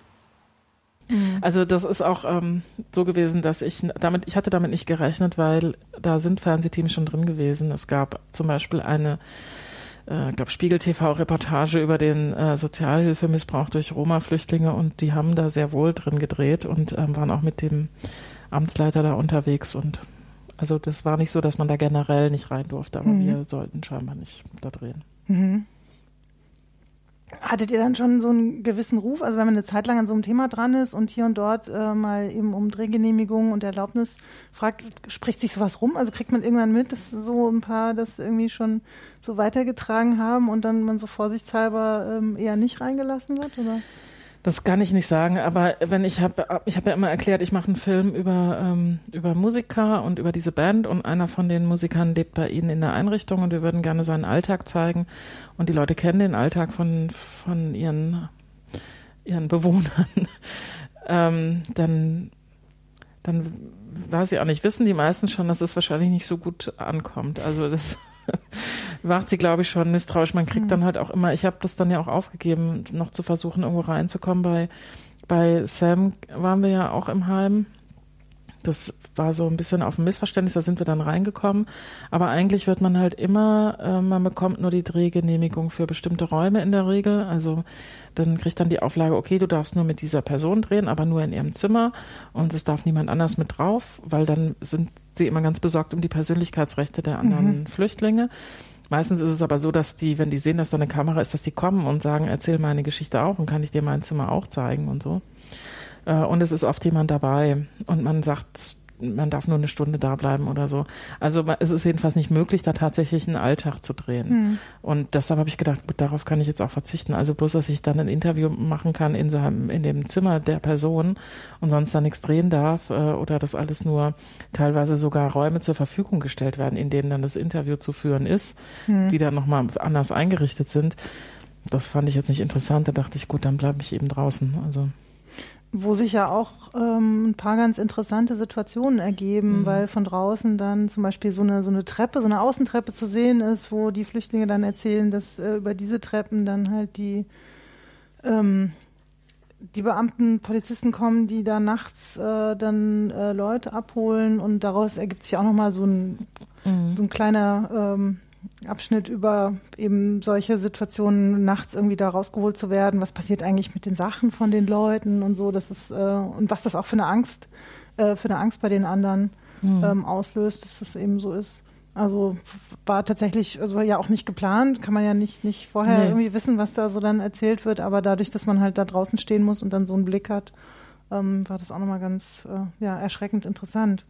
Also das ist auch ähm, so gewesen, dass ich damit, ich hatte damit nicht gerechnet, weil da sind Fernsehteams schon drin gewesen. Es gab zum Beispiel eine, äh, ich glaube Spiegel T V-Reportage über den äh, Sozialhilfemissbrauch durch Roma-Flüchtlinge und die haben da sehr wohl drin gedreht und ähm, waren auch mit dem Amtsleiter da unterwegs und also das war nicht so, dass man da generell nicht rein durfte, aber mhm. wir sollten scheinbar nicht da drehen. Mhm. Hattet ihr dann schon so einen gewissen Ruf? Also wenn man eine Zeit lang an so einem Thema dran ist und hier und dort äh, mal eben um Drehgenehmigung und Erlaubnis fragt, spricht sich sowas rum? Also kriegt man irgendwann mit, dass so ein paar das irgendwie schon so weitergetragen haben und dann man so vorsichtshalber ähm, eher nicht reingelassen wird, oder? Das kann ich nicht sagen, aber wenn ich habe, ich habe ja immer erklärt, ich mache einen Film über ähm, über Musiker und über diese Band und einer von den Musikern lebt bei ihnen in der Einrichtung und wir würden gerne seinen Alltag zeigen und die Leute kennen den Alltag von von ihren ihren Bewohnern, ähm, dann dann weiß ich auch nicht, wissen die meisten schon, dass es wahrscheinlich nicht so gut ankommt. Also das macht sie, glaube ich, schon misstrauisch. Man kriegt mhm. dann halt auch immer, ich habe das dann ja auch aufgegeben, noch zu versuchen, irgendwo reinzukommen. Bei, bei Sam waren wir ja auch im Heim. Das war so ein bisschen auf ein Missverständnis, da sind wir dann reingekommen. Aber eigentlich wird man halt immer, äh, man bekommt nur die Drehgenehmigung für bestimmte Räume in der Regel. Also dann kriegt dann die Auflage, okay, du darfst nur mit dieser Person drehen, aber nur in ihrem Zimmer und es darf niemand anders mit drauf, weil dann sind sie immer ganz besorgt um die Persönlichkeitsrechte der anderen mhm. Flüchtlinge. Meistens ist es aber so, dass die, wenn die sehen, dass da eine Kamera ist, dass die kommen und sagen, erzähl meine Geschichte auch und kann ich dir mein Zimmer auch zeigen und so. Und es ist oft jemand dabei und man sagt, man darf nur eine Stunde da bleiben oder so. Also es ist jedenfalls nicht möglich, da tatsächlich einen Alltag zu drehen. Mhm. Und deshalb habe ich gedacht, gut, darauf kann ich jetzt auch verzichten. Also bloß, dass ich dann ein Interview machen kann in seinem, in dem Zimmer der Person und sonst da nichts drehen darf äh, oder dass alles nur teilweise sogar Räume zur Verfügung gestellt werden, in denen dann das Interview zu führen ist, mhm. die dann nochmal anders eingerichtet sind. Das fand ich jetzt nicht interessant. Da dachte ich, gut, dann bleibe ich eben draußen. Also wo sich ja auch ähm, ein paar ganz interessante Situationen ergeben, mhm. weil von draußen dann zum Beispiel so eine so eine Treppe, so eine Außentreppe zu sehen ist, wo die Flüchtlinge dann erzählen, dass äh, über diese Treppen dann halt die ähm, die Beamten, Polizisten kommen, die da nachts äh, dann äh, Leute abholen und daraus ergibt sich auch nochmal so ein mhm. so ein kleiner ähm, Abschnitt über eben solche Situationen, nachts irgendwie da rausgeholt zu werden. Was passiert eigentlich mit den Sachen von den Leuten und so, das ist, äh, und was das auch für eine Angst, äh, für eine Angst bei den anderen mhm. ähm, auslöst, dass das eben so ist. Also war tatsächlich, also ja auch nicht geplant, kann man ja nicht, nicht vorher nee. irgendwie wissen, was da so dann erzählt wird, aber dadurch, dass man halt da draußen stehen muss und dann so einen Blick hat, ähm, war das auch nochmal ganz äh, ja, erschreckend interessant.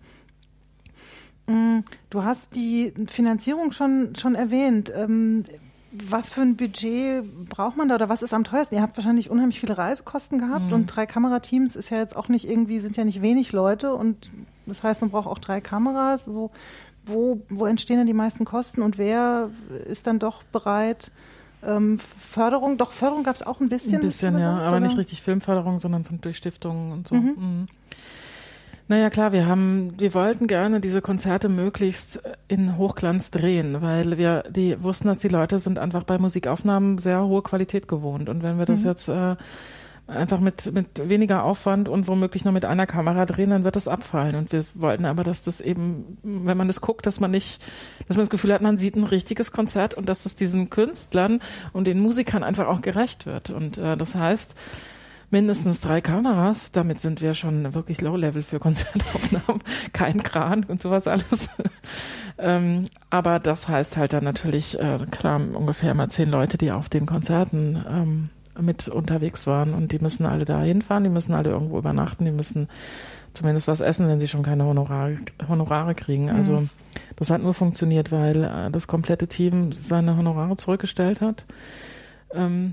Du hast die Finanzierung schon, schon erwähnt. Ähm, was für ein Budget braucht man da oder was ist am teuersten? Ihr habt wahrscheinlich unheimlich viele Reisekosten gehabt mhm. und drei Kamerateams ist ja jetzt auch nicht irgendwie, sind ja nicht wenig Leute und Das heißt, man braucht auch drei Kameras. Also wo, wo entstehen denn die meisten Kosten und wer ist dann doch bereit, ähm, Förderung, doch Förderung gab es auch ein bisschen. Ein bisschen, ja, aber oder? Nicht richtig Filmförderung, sondern von, durch Stiftungen und so. Mhm. Mhm. Naja, klar, wir haben, wir wollten gerne diese Konzerte möglichst in Hochglanz drehen, weil wir die wussten, dass die Leute sind einfach bei Musikaufnahmen sehr hohe Qualität gewohnt. Und wenn wir das mhm. jetzt äh, einfach mit, mit weniger Aufwand und womöglich nur mit einer Kamera drehen, dann wird das abfallen. Und wir wollten aber, dass das eben, wenn man das guckt, dass man nicht, dass man das Gefühl hat, man sieht ein richtiges Konzert und dass es diesen Künstlern und den Musikern einfach auch gerecht wird. Und äh, das heißt, mindestens drei Kameras, damit sind wir schon wirklich Low-Level für Konzertaufnahmen, kein Kran und sowas alles. ähm, aber das heißt halt dann natürlich, äh, klar, ungefähr immer zehn Leute, die auf den Konzerten ähm, mit unterwegs waren und die müssen alle da hinfahren, die müssen alle irgendwo übernachten, die müssen zumindest was essen, wenn sie schon keine Honorare, Honorare kriegen. Mhm. Also das hat nur funktioniert, weil äh, das komplette Team seine Honorare zurückgestellt hat. Ähm,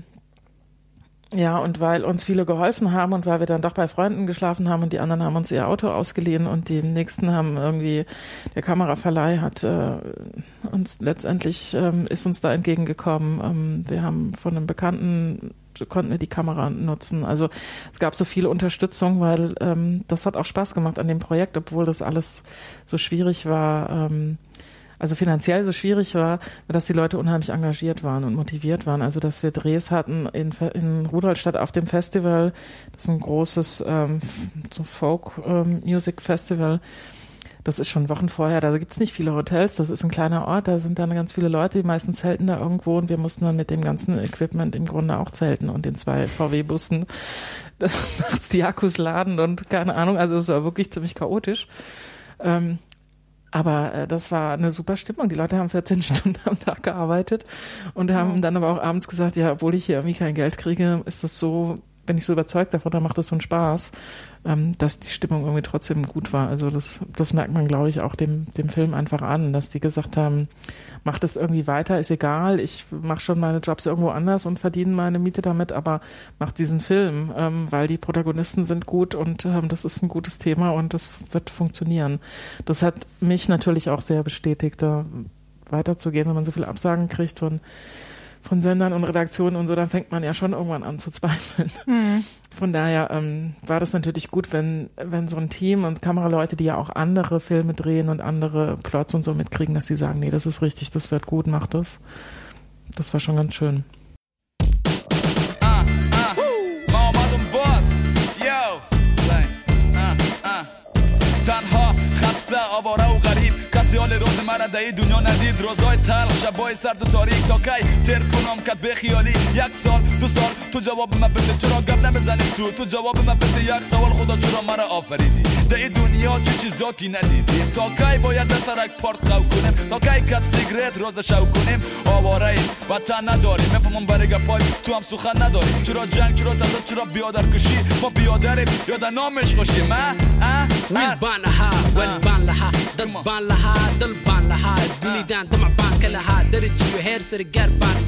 Ja, und weil uns viele geholfen haben und weil wir dann doch bei Freunden geschlafen haben und die anderen haben uns ihr Auto ausgeliehen und die nächsten haben irgendwie, der Kameraverleih hat äh, uns letztendlich, ähm, ist uns da entgegengekommen. Ähm, wir haben von einem Bekannten, konnten wir die Kamera nutzen. Also es gab so viel Unterstützung, weil ähm, das hat auch Spaß gemacht an dem Projekt, obwohl das alles so schwierig war, ähm, also finanziell so schwierig war, dass die Leute unheimlich engagiert waren und motiviert waren. Also dass wir Drehs hatten in, in Rudolstadt auf dem Festival, das ist ein großes ähm, so Folk-Music-Festival. Ähm, das ist schon Wochen vorher, da gibt es nicht viele Hotels, das ist ein kleiner Ort, da sind dann ganz viele Leute, die meisten zelten da irgendwo und wir mussten dann mit dem ganzen Equipment im Grunde auch zelten und den zwei V W-Bussen nachts die Akkus laden und keine Ahnung, also es war wirklich ziemlich chaotisch. Ähm, Aber äh, das war eine super Stimmung. Die Leute haben vierzehn Stunden am Tag gearbeitet und haben ja. dann aber auch abends gesagt, ja, obwohl ich hier irgendwie kein Geld kriege, ist das so, bin ich so überzeugt davon, dann macht das so einen Spaß, ähm, dass die Stimmung irgendwie trotzdem gut war. Also das, das merkt man, glaube ich, auch dem, dem Film einfach an, dass die gesagt haben, mach das irgendwie weiter, ist egal, ich mache schon meine Jobs irgendwo anders und verdiene meine Miete damit, aber mach diesen Film, ähm, weil die Protagonisten sind gut und ähm, das ist ein gutes Thema und das wird funktionieren. Das hat mich natürlich auch sehr bestätigt, da weiterzugehen, wenn man so viele Absagen kriegt von von Sendern und Redaktionen und so, dann fängt man ja schon irgendwann an zu zweifeln. Mhm. Von daher ähm, war das natürlich gut, wenn wenn so ein Team und Kameraleute, die ja auch andere Filme drehen und andere Plots und so mitkriegen, dass sie sagen, nee, das ist richtig, das wird gut, mach das. Das war schon ganz schön. Ah, ah, Mama und Boss, yo, say, ah, ah, تنها خسته آواره و غریب کسی حال روز مرا در دنیا ندید روزای تلخ شبای سرد و تاریک تا کی تر کنم کت به خیالی یک سال دو سال تو جواب من بده چرا گپ نمیزنی تو تو جواب من بده یک سوال خدا چرا مرا آفریدی در دنیا چه چیزاتی ندیدیم تا کی باید سرک پارت خو کنیم تا کی کت سیگرت روز شو کنیم آواره ایم وطن نداریم میفهمم برای گپای تو هم سخن نداریم چرا جنگ چرا تضاد چرا بیادر کشی ما بیادریم یاد نامش خوشیم اه اه لها والبان لها ضربان لها ضلبان لها دونيدان دمع بان كلها درجي وهير سر قربان.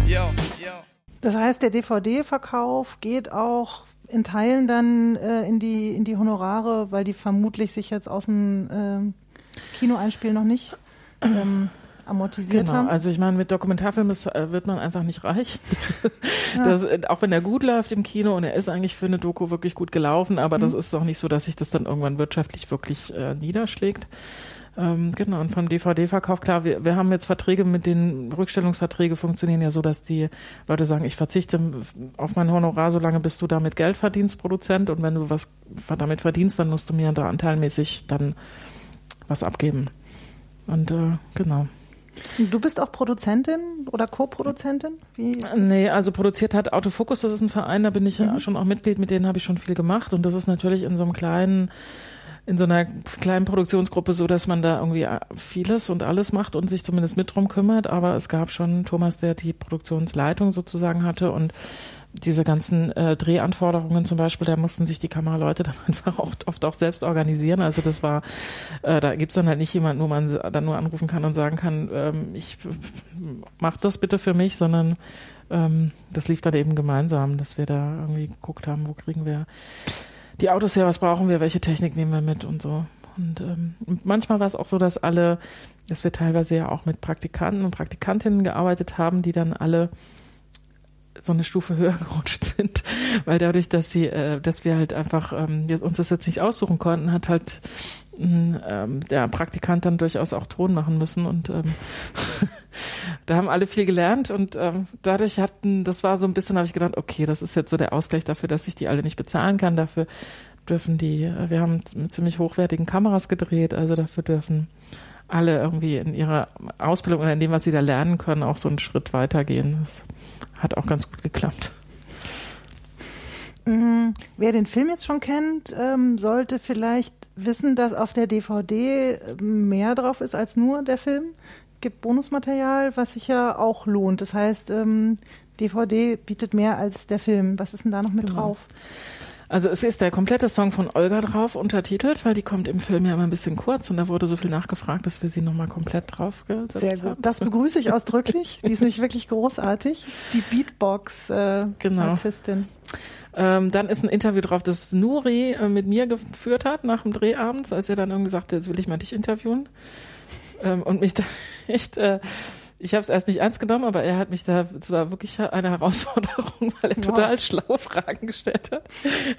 Das heißt, der D V D-Verkauf geht auch in Teilen dann äh, in die in die Honorare, weil die vermutlich sich jetzt aus dem äh, Kinoeinspiel noch nicht ähm, amortisiert genau, haben. Also ich meine, mit Dokumentarfilmen ist, äh, wird man einfach nicht reich. Das, ja. Auch wenn er gut läuft im Kino und er ist eigentlich für eine Doku wirklich gut gelaufen, aber mhm. das ist auch nicht so, dass sich das dann irgendwann wirtschaftlich wirklich äh, niederschlägt. Ähm, genau, und vom D V D-Verkauf, klar, wir, wir haben jetzt Verträge, mit den Rückstellungsverträge funktionieren ja so, dass die Leute sagen, ich verzichte auf mein Honorar, solange bis du damit Geld verdienst, Produzent, und wenn du was damit verdienst, dann musst du mir da anteilmäßig dann was abgeben. Und äh, genau. Du bist auch Produzentin oder Co-Produzentin? Wie ist das? Nee, also produziert hat Autofokus, das ist ein Verein, da bin ich mhm. schon auch Mitglied, mit denen habe ich schon viel gemacht, und das ist natürlich in so einem kleinen, in so einer kleinen Produktionsgruppe so, dass man da irgendwie vieles und alles macht und sich zumindest mit drum kümmert, aber es gab schon Thomas, der die Produktionsleitung sozusagen hatte, und diese ganzen äh, Drehanforderungen zum Beispiel, da mussten sich die Kameraleute dann einfach auch, oft auch selbst organisieren. Also das war, äh, da gibt's dann halt nicht jemanden, wo man dann nur anrufen kann und sagen kann, ähm, ich mach das bitte für mich, sondern ähm, das lief dann eben gemeinsam, dass wir da irgendwie geguckt haben, wo kriegen wir die Autos her, was brauchen wir, welche Technik nehmen wir mit und so. Und ähm, manchmal war es auch so, dass alle, dass wir teilweise ja auch mit Praktikanten und Praktikantinnen gearbeitet haben, die dann alle so eine Stufe höher gerutscht sind, weil dadurch, dass sie, äh, dass wir halt einfach ähm, uns das jetzt nicht aussuchen konnten, hat halt ähm, der Praktikant dann durchaus auch Ton machen müssen und ähm, da haben alle viel gelernt und ähm, dadurch hatten, das war so ein bisschen, habe ich gedacht, okay, das ist jetzt so der Ausgleich dafür, dass ich die alle nicht bezahlen kann, dafür dürfen die, wir haben mit ziemlich hochwertigen Kameras gedreht, also dafür dürfen alle irgendwie in ihrer Ausbildung oder in dem, was sie da lernen können, auch so einen Schritt weitergehen. Das hat auch ganz gut geklappt. Mhm. Wer den Film jetzt schon kennt, ähm, sollte vielleicht wissen, dass auf der D V D mehr drauf ist als nur der Film. Es gibt Bonusmaterial, was sich ja auch lohnt. Das heißt, ähm, D V D bietet mehr als der Film. Was ist denn da noch mit Genau. drauf? Also es ist der komplette Song von Olga drauf, untertitelt, weil die kommt im Film ja immer ein bisschen kurz und da wurde so viel nachgefragt, dass wir sie nochmal komplett draufgesetzt Sehr gut. haben. Das begrüße ich ausdrücklich. Die ist nämlich wirklich großartig. Die Beatbox-Artistin. Genau. Ähm, dann ist ein Interview drauf, das Nuri äh, mit mir geführt hat nach dem Dreh abends, als er dann irgendwie sagte, jetzt will ich mal dich interviewen. Ähm, und mich da echt... Äh, Ich habe es erst nicht ernst genommen, aber er hat mich da, es war wirklich eine Herausforderung, weil er wow. total schlaue Fragen gestellt hat.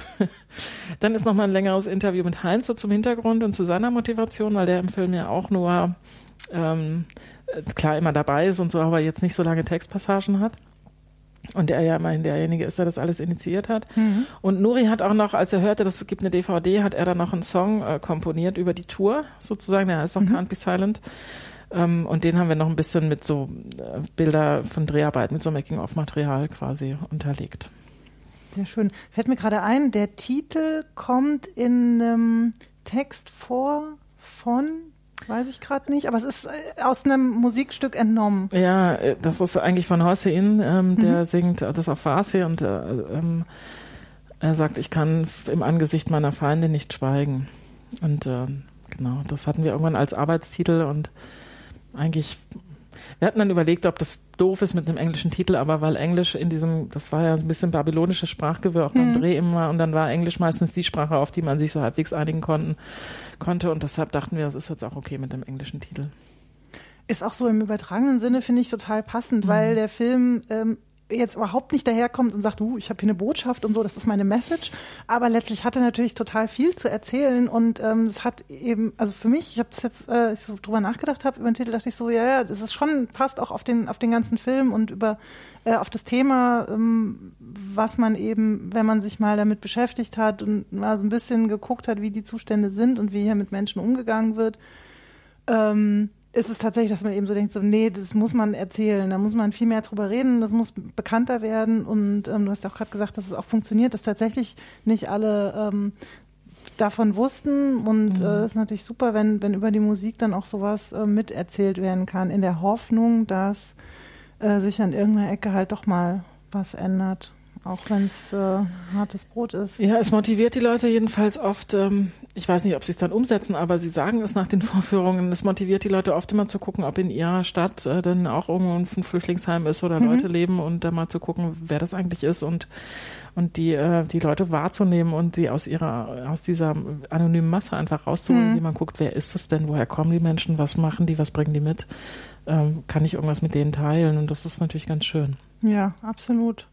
Dann ist nochmal ein längeres Interview mit Heinz so zum Hintergrund und zu seiner Motivation, weil der im Film ja auch nur, ähm, klar immer dabei ist und so, aber jetzt nicht so lange Textpassagen hat. Und der ja immerhin derjenige ist, der das alles initiiert hat. Mhm. Und Nuri hat auch noch, als er hörte, dass es gibt eine D V D, hat er dann noch einen Song äh, komponiert über die Tour, sozusagen, der heißt auch mhm. Can't Be Silent. Um, und den haben wir noch ein bisschen mit so äh, Bilder von Dreharbeiten, mit so Making-of-Material quasi unterlegt. Sehr schön. Fällt mir gerade ein, der Titel kommt in einem Text vor von, weiß ich gerade nicht, aber es ist aus einem Musikstück entnommen. Ja, das ist eigentlich von Hossein, ähm, der mhm. singt das auf Farsi und äh, ähm, er sagt, ich kann im Angesicht meiner Feinde nicht schweigen. Und äh, genau, das hatten wir irgendwann als Arbeitstitel und eigentlich, wir hatten dann überlegt, ob das doof ist mit einem englischen Titel, aber weil Englisch in diesem, das war ja ein bisschen babylonisches Sprachgewirr auch beim mhm. Dreh immer und dann war Englisch meistens die Sprache, auf die man sich so halbwegs einigen konnten, konnte und deshalb dachten wir, das ist jetzt auch okay mit dem englischen Titel. Ist auch so im übertragenen Sinne, finde ich, total passend, mhm. weil der Film ähm, jetzt überhaupt nicht daherkommt und sagt, uh, ich habe hier eine Botschaft und so, das ist meine Message, aber letztlich hat er natürlich total viel zu erzählen und ähm, es hat eben, also für mich, ich habe das jetzt, äh, ich so drüber nachgedacht habe über den Titel, dachte ich so, ja, ja, das ist schon, passt auch auf den auf den ganzen Film und über äh, auf das Thema, ähm, was man eben, wenn man sich mal damit beschäftigt hat und mal so ein bisschen geguckt hat, wie die Zustände sind und wie hier mit Menschen umgegangen wird, ähm, ist es tatsächlich, dass man eben so denkt, so, nee, das muss man erzählen, da muss man viel mehr drüber reden, das muss bekannter werden und ähm, du hast ja auch gerade gesagt, dass es auch funktioniert, dass tatsächlich nicht alle ähm, davon wussten und es mhm. äh, ist natürlich super, wenn, wenn über die Musik dann auch sowas äh, miterzählt werden kann, in der Hoffnung, dass äh, sich an irgendeiner Ecke halt doch mal was ändert. Auch wenn es äh, hartes Brot ist. Ja, es motiviert die Leute jedenfalls oft, ähm, ich weiß nicht, ob sie es dann umsetzen, aber sie sagen es nach den Vorführungen, es motiviert die Leute oft immer zu gucken, ob in ihrer Stadt äh, dann auch irgendwo ein Flüchtlingsheim ist oder mhm. Leute leben und dann mal zu gucken, wer das eigentlich ist und und die äh, die Leute wahrzunehmen und sie aus ihrer aus dieser anonymen Masse einfach rauszuholen, mhm. indem man guckt, wer ist es denn, woher kommen die Menschen, was machen die, was bringen die mit, ähm, kann ich irgendwas mit denen teilen und das ist natürlich ganz schön. Ja, absolut.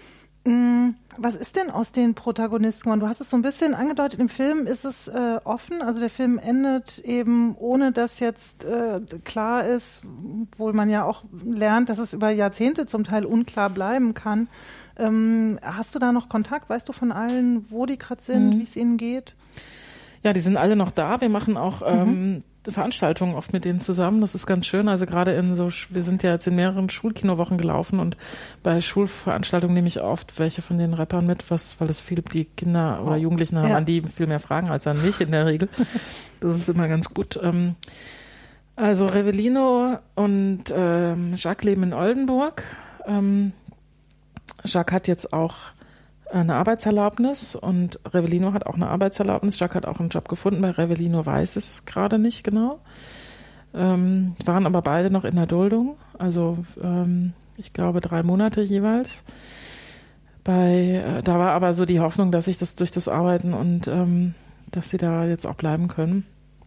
Was ist denn aus den Protagonisten geworden? Du hast es so ein bisschen angedeutet, im Film ist es äh, offen, also der Film endet eben, ohne dass jetzt äh, klar ist, obwohl man ja auch lernt, dass es über Jahrzehnte zum Teil unklar bleiben kann. Ähm, hast du da noch Kontakt? Weißt du von allen, wo die gerade sind, mhm. wie es ihnen geht? Ja, die sind alle noch da. Wir machen auch ähm, mhm. Veranstaltungen oft mit denen zusammen. Das ist ganz schön. Also gerade in so, wir sind ja jetzt in mehreren Schulkinowochen gelaufen und bei Schulveranstaltungen nehme ich oft welche von den Rappern mit, was, weil es viele, die Kinder oder Jugendlichen haben, ja. an die viel mehr Fragen als an mich in der Regel. Das ist immer ganz gut. Ähm, also Revelino und ähm, Jacques leben in Oldenburg. Ähm, Jacques hat jetzt auch eine Arbeitserlaubnis und Revelino hat auch eine Arbeitserlaubnis. Jacques hat auch einen Job gefunden, bei Revelino weiß es gerade nicht genau. Ähm, waren aber beide noch in der Duldung, also ähm, ich glaube drei Monate jeweils. Bei, äh, da war aber so die Hoffnung, dass sich das durch das Arbeiten und ähm, dass sie da jetzt auch bleiben können.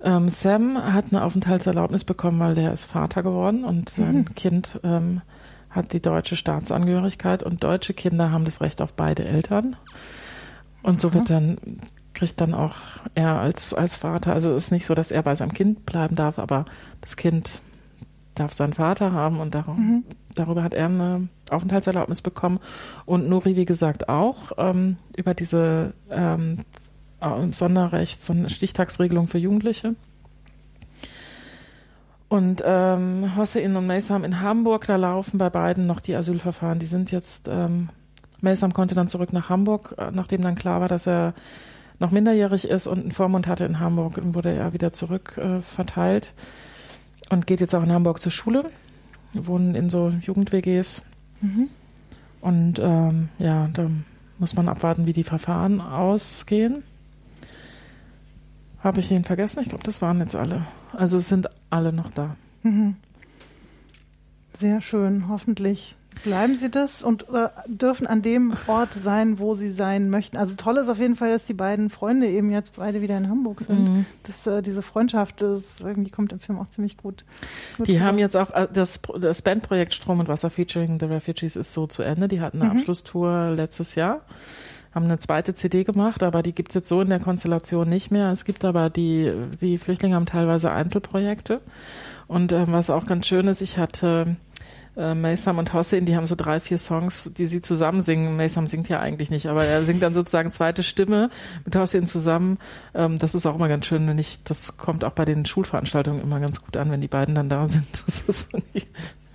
Ähm, Sam hat eine Aufenthaltserlaubnis bekommen, weil der ist Vater geworden und sein mhm. Kind ähm, hat die deutsche Staatsangehörigkeit und deutsche Kinder haben das Recht auf beide Eltern. Und so wird dann, kriegt dann auch er als, als Vater, also es ist nicht so, dass er bei seinem Kind bleiben darf, aber das Kind darf seinen Vater haben und darum, mhm. darüber hat er eine Aufenthaltserlaubnis bekommen. Und Nuri, wie gesagt, auch ähm, über diese ähm, Sonderrecht, so eine Stichtagsregelung für Jugendliche. Und ähm, Hossein und Meysam in Hamburg, da laufen bei beiden noch die Asylverfahren. Die sind jetzt, ähm, Meysam konnte dann zurück nach Hamburg, nachdem dann klar war, dass er noch minderjährig ist und einen Vormund hatte in Hamburg, und wurde er wieder zurück äh, verteilt und geht jetzt auch in Hamburg zur Schule, wohnen in so Jugend-W Gs. Mhm. Und ähm, ja, da muss man abwarten, wie die Verfahren ausgehen. Habe ich ihn vergessen? Ich glaube, das waren jetzt alle. Also es sind alle noch da. Mhm. Sehr schön. Hoffentlich bleiben sie das und äh, dürfen an dem Ort sein, wo sie sein möchten. Also toll ist auf jeden Fall, dass die beiden Freunde eben jetzt beide wieder in Hamburg sind. Mhm. Das, äh, diese Freundschaft, das irgendwie kommt im Film auch ziemlich gut. gut die vor. haben jetzt auch, äh, das, das Bandprojekt Strom und Wasser featuring The Refugees ist so zu Ende. Die hatten eine mhm. Abschlusstour letztes Jahr. Haben eine zweite C D gemacht, aber die gibt es jetzt so in der Konstellation nicht mehr. Es gibt aber die, die Flüchtlinge haben teilweise Einzelprojekte. Und äh, was auch ganz schön ist, ich hatte äh, Meysam und Hossein, die haben so drei, vier Songs, die sie zusammen singen. Meysam singt ja eigentlich nicht, aber er singt dann sozusagen zweite Stimme mit Hossein zusammen. Ähm, das ist auch immer ganz schön, wenn ich, das kommt auch bei den Schulveranstaltungen immer ganz gut an, wenn die beiden dann da sind. Das ist irgendwie,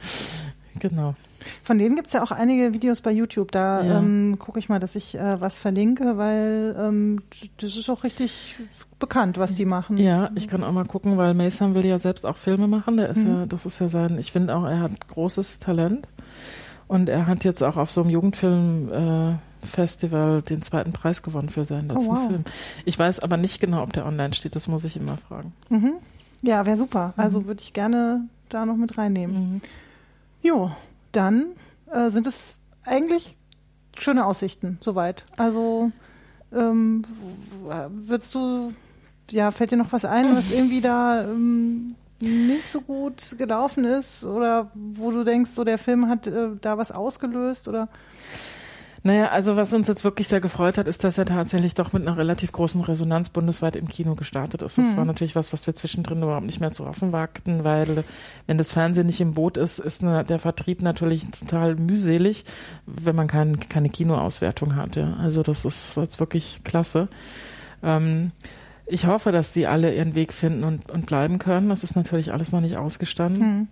genau. Von denen gibt es ja auch einige Videos bei YouTube. Da ja. ähm, gucke ich mal, dass ich äh, was verlinke, weil ähm, das ist auch richtig bekannt, was die machen. Ja, ich kann auch mal gucken, weil Meysam will ja selbst auch Filme machen. Der ist mhm. ja, das ist ja sein, ich finde auch, er hat großes Talent. Und er hat jetzt auch auf so einem Jugendfilmfestival äh, den zweiten Preis gewonnen für seinen letzten oh, wow. Film. Ich weiß aber nicht genau, ob der online steht, das muss ich immer fragen. Mhm. Ja, wäre super. Also mhm. würde ich gerne da noch mit reinnehmen. Mhm. Jo. Dann äh, sind es eigentlich schöne Aussichten soweit. Also ähm, würdest du, ja, fällt dir noch was ein, was irgendwie da ähm, nicht so gut gelaufen ist oder wo du denkst, so der Film hat äh, da was ausgelöst oder? Naja, also was uns jetzt wirklich sehr gefreut hat, ist, dass er tatsächlich doch mit einer relativ großen Resonanz bundesweit im Kino gestartet ist. Das mhm. war natürlich was, was wir zwischendrin überhaupt nicht mehr zu hoffen wagten, weil wenn das Fernsehen nicht im Boot ist, ist eine, der Vertrieb natürlich total mühselig, wenn man kein, keine Kinoauswertung hat. Ja. Also das ist jetzt wirklich klasse. Ähm, ich hoffe, dass die alle ihren Weg finden und, und bleiben können. Das ist natürlich alles noch nicht ausgestanden. Mhm.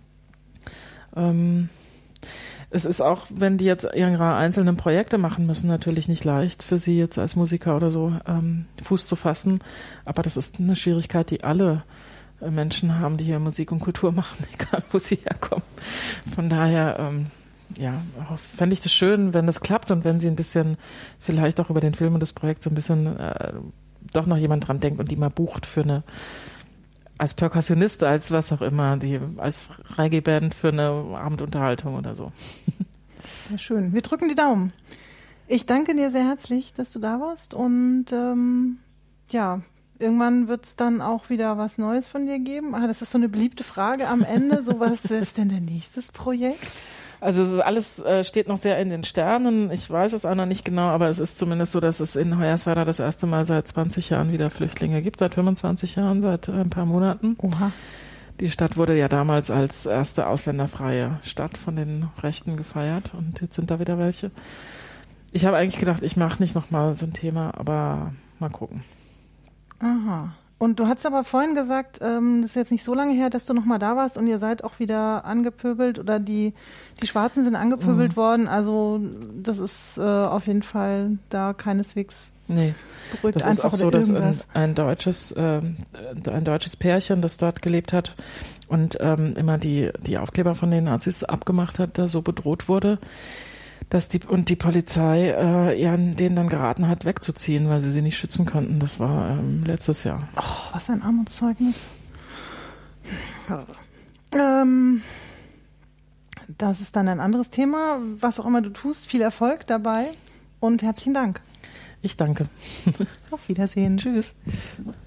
Ähm, Es ist auch, wenn die jetzt ihre einzelnen Projekte machen müssen, natürlich nicht leicht für sie jetzt als Musiker oder so ähm, Fuß zu fassen. Aber das ist eine Schwierigkeit, die alle äh, Menschen haben, die hier Musik und Kultur machen, egal wo sie herkommen. Von daher, ähm, ja, fände ich das schön, wenn das klappt und wenn sie ein bisschen vielleicht auch über den Film und das Projekt so ein bisschen äh, doch noch jemand dran denkt und die mal bucht für eine als Perkussionist, als was auch immer, die als Reggae-Band für eine Abendunterhaltung oder so. Ja, schön. Wir drücken die Daumen. Ich danke dir sehr herzlich, dass du da warst und ähm, ja, irgendwann wird es dann auch wieder was Neues von dir geben. Ah, das ist so eine beliebte Frage am Ende. So, was ist denn dein nächstes Projekt? Also alles äh, steht noch sehr in den Sternen. Ich weiß es auch noch nicht genau, aber es ist zumindest so, dass es in Hoyerswerda das erste Mal seit zwanzig Jahren wieder Flüchtlinge gibt, seit fünfundzwanzig Jahren, seit äh, ein paar Monaten. Oha. Die Stadt wurde ja damals als erste ausländerfreie Stadt von den Rechten gefeiert und jetzt sind da wieder welche. Ich habe eigentlich gedacht, ich mache nicht nochmal so ein Thema, aber mal gucken. Aha. Und du hast aber vorhin gesagt, ähm, das ist jetzt nicht so lange her, dass du nochmal da warst und ihr seid auch wieder angepöbelt oder die, die Schwarzen sind angepöbelt mhm. worden. Also das ist äh, auf jeden Fall da keineswegs nee. beruhigt. Das einfach ist auch so, dass ein, ein, deutsches, äh, ein deutsches Pärchen, das dort gelebt hat und ähm, immer die, die Aufkleber von den Nazis abgemacht hat, da so bedroht wurde. Dass die und die Polizei äh, ja, denen dann geraten hat, wegzuziehen, weil sie sie nicht schützen konnten. Das war ähm, letztes Jahr. Oh, was ein Armutszeugnis. Ähm, das ist dann ein anderes Thema. Was auch immer du tust, viel Erfolg dabei und herzlichen Dank. Ich danke. Auf Wiedersehen. Tschüss.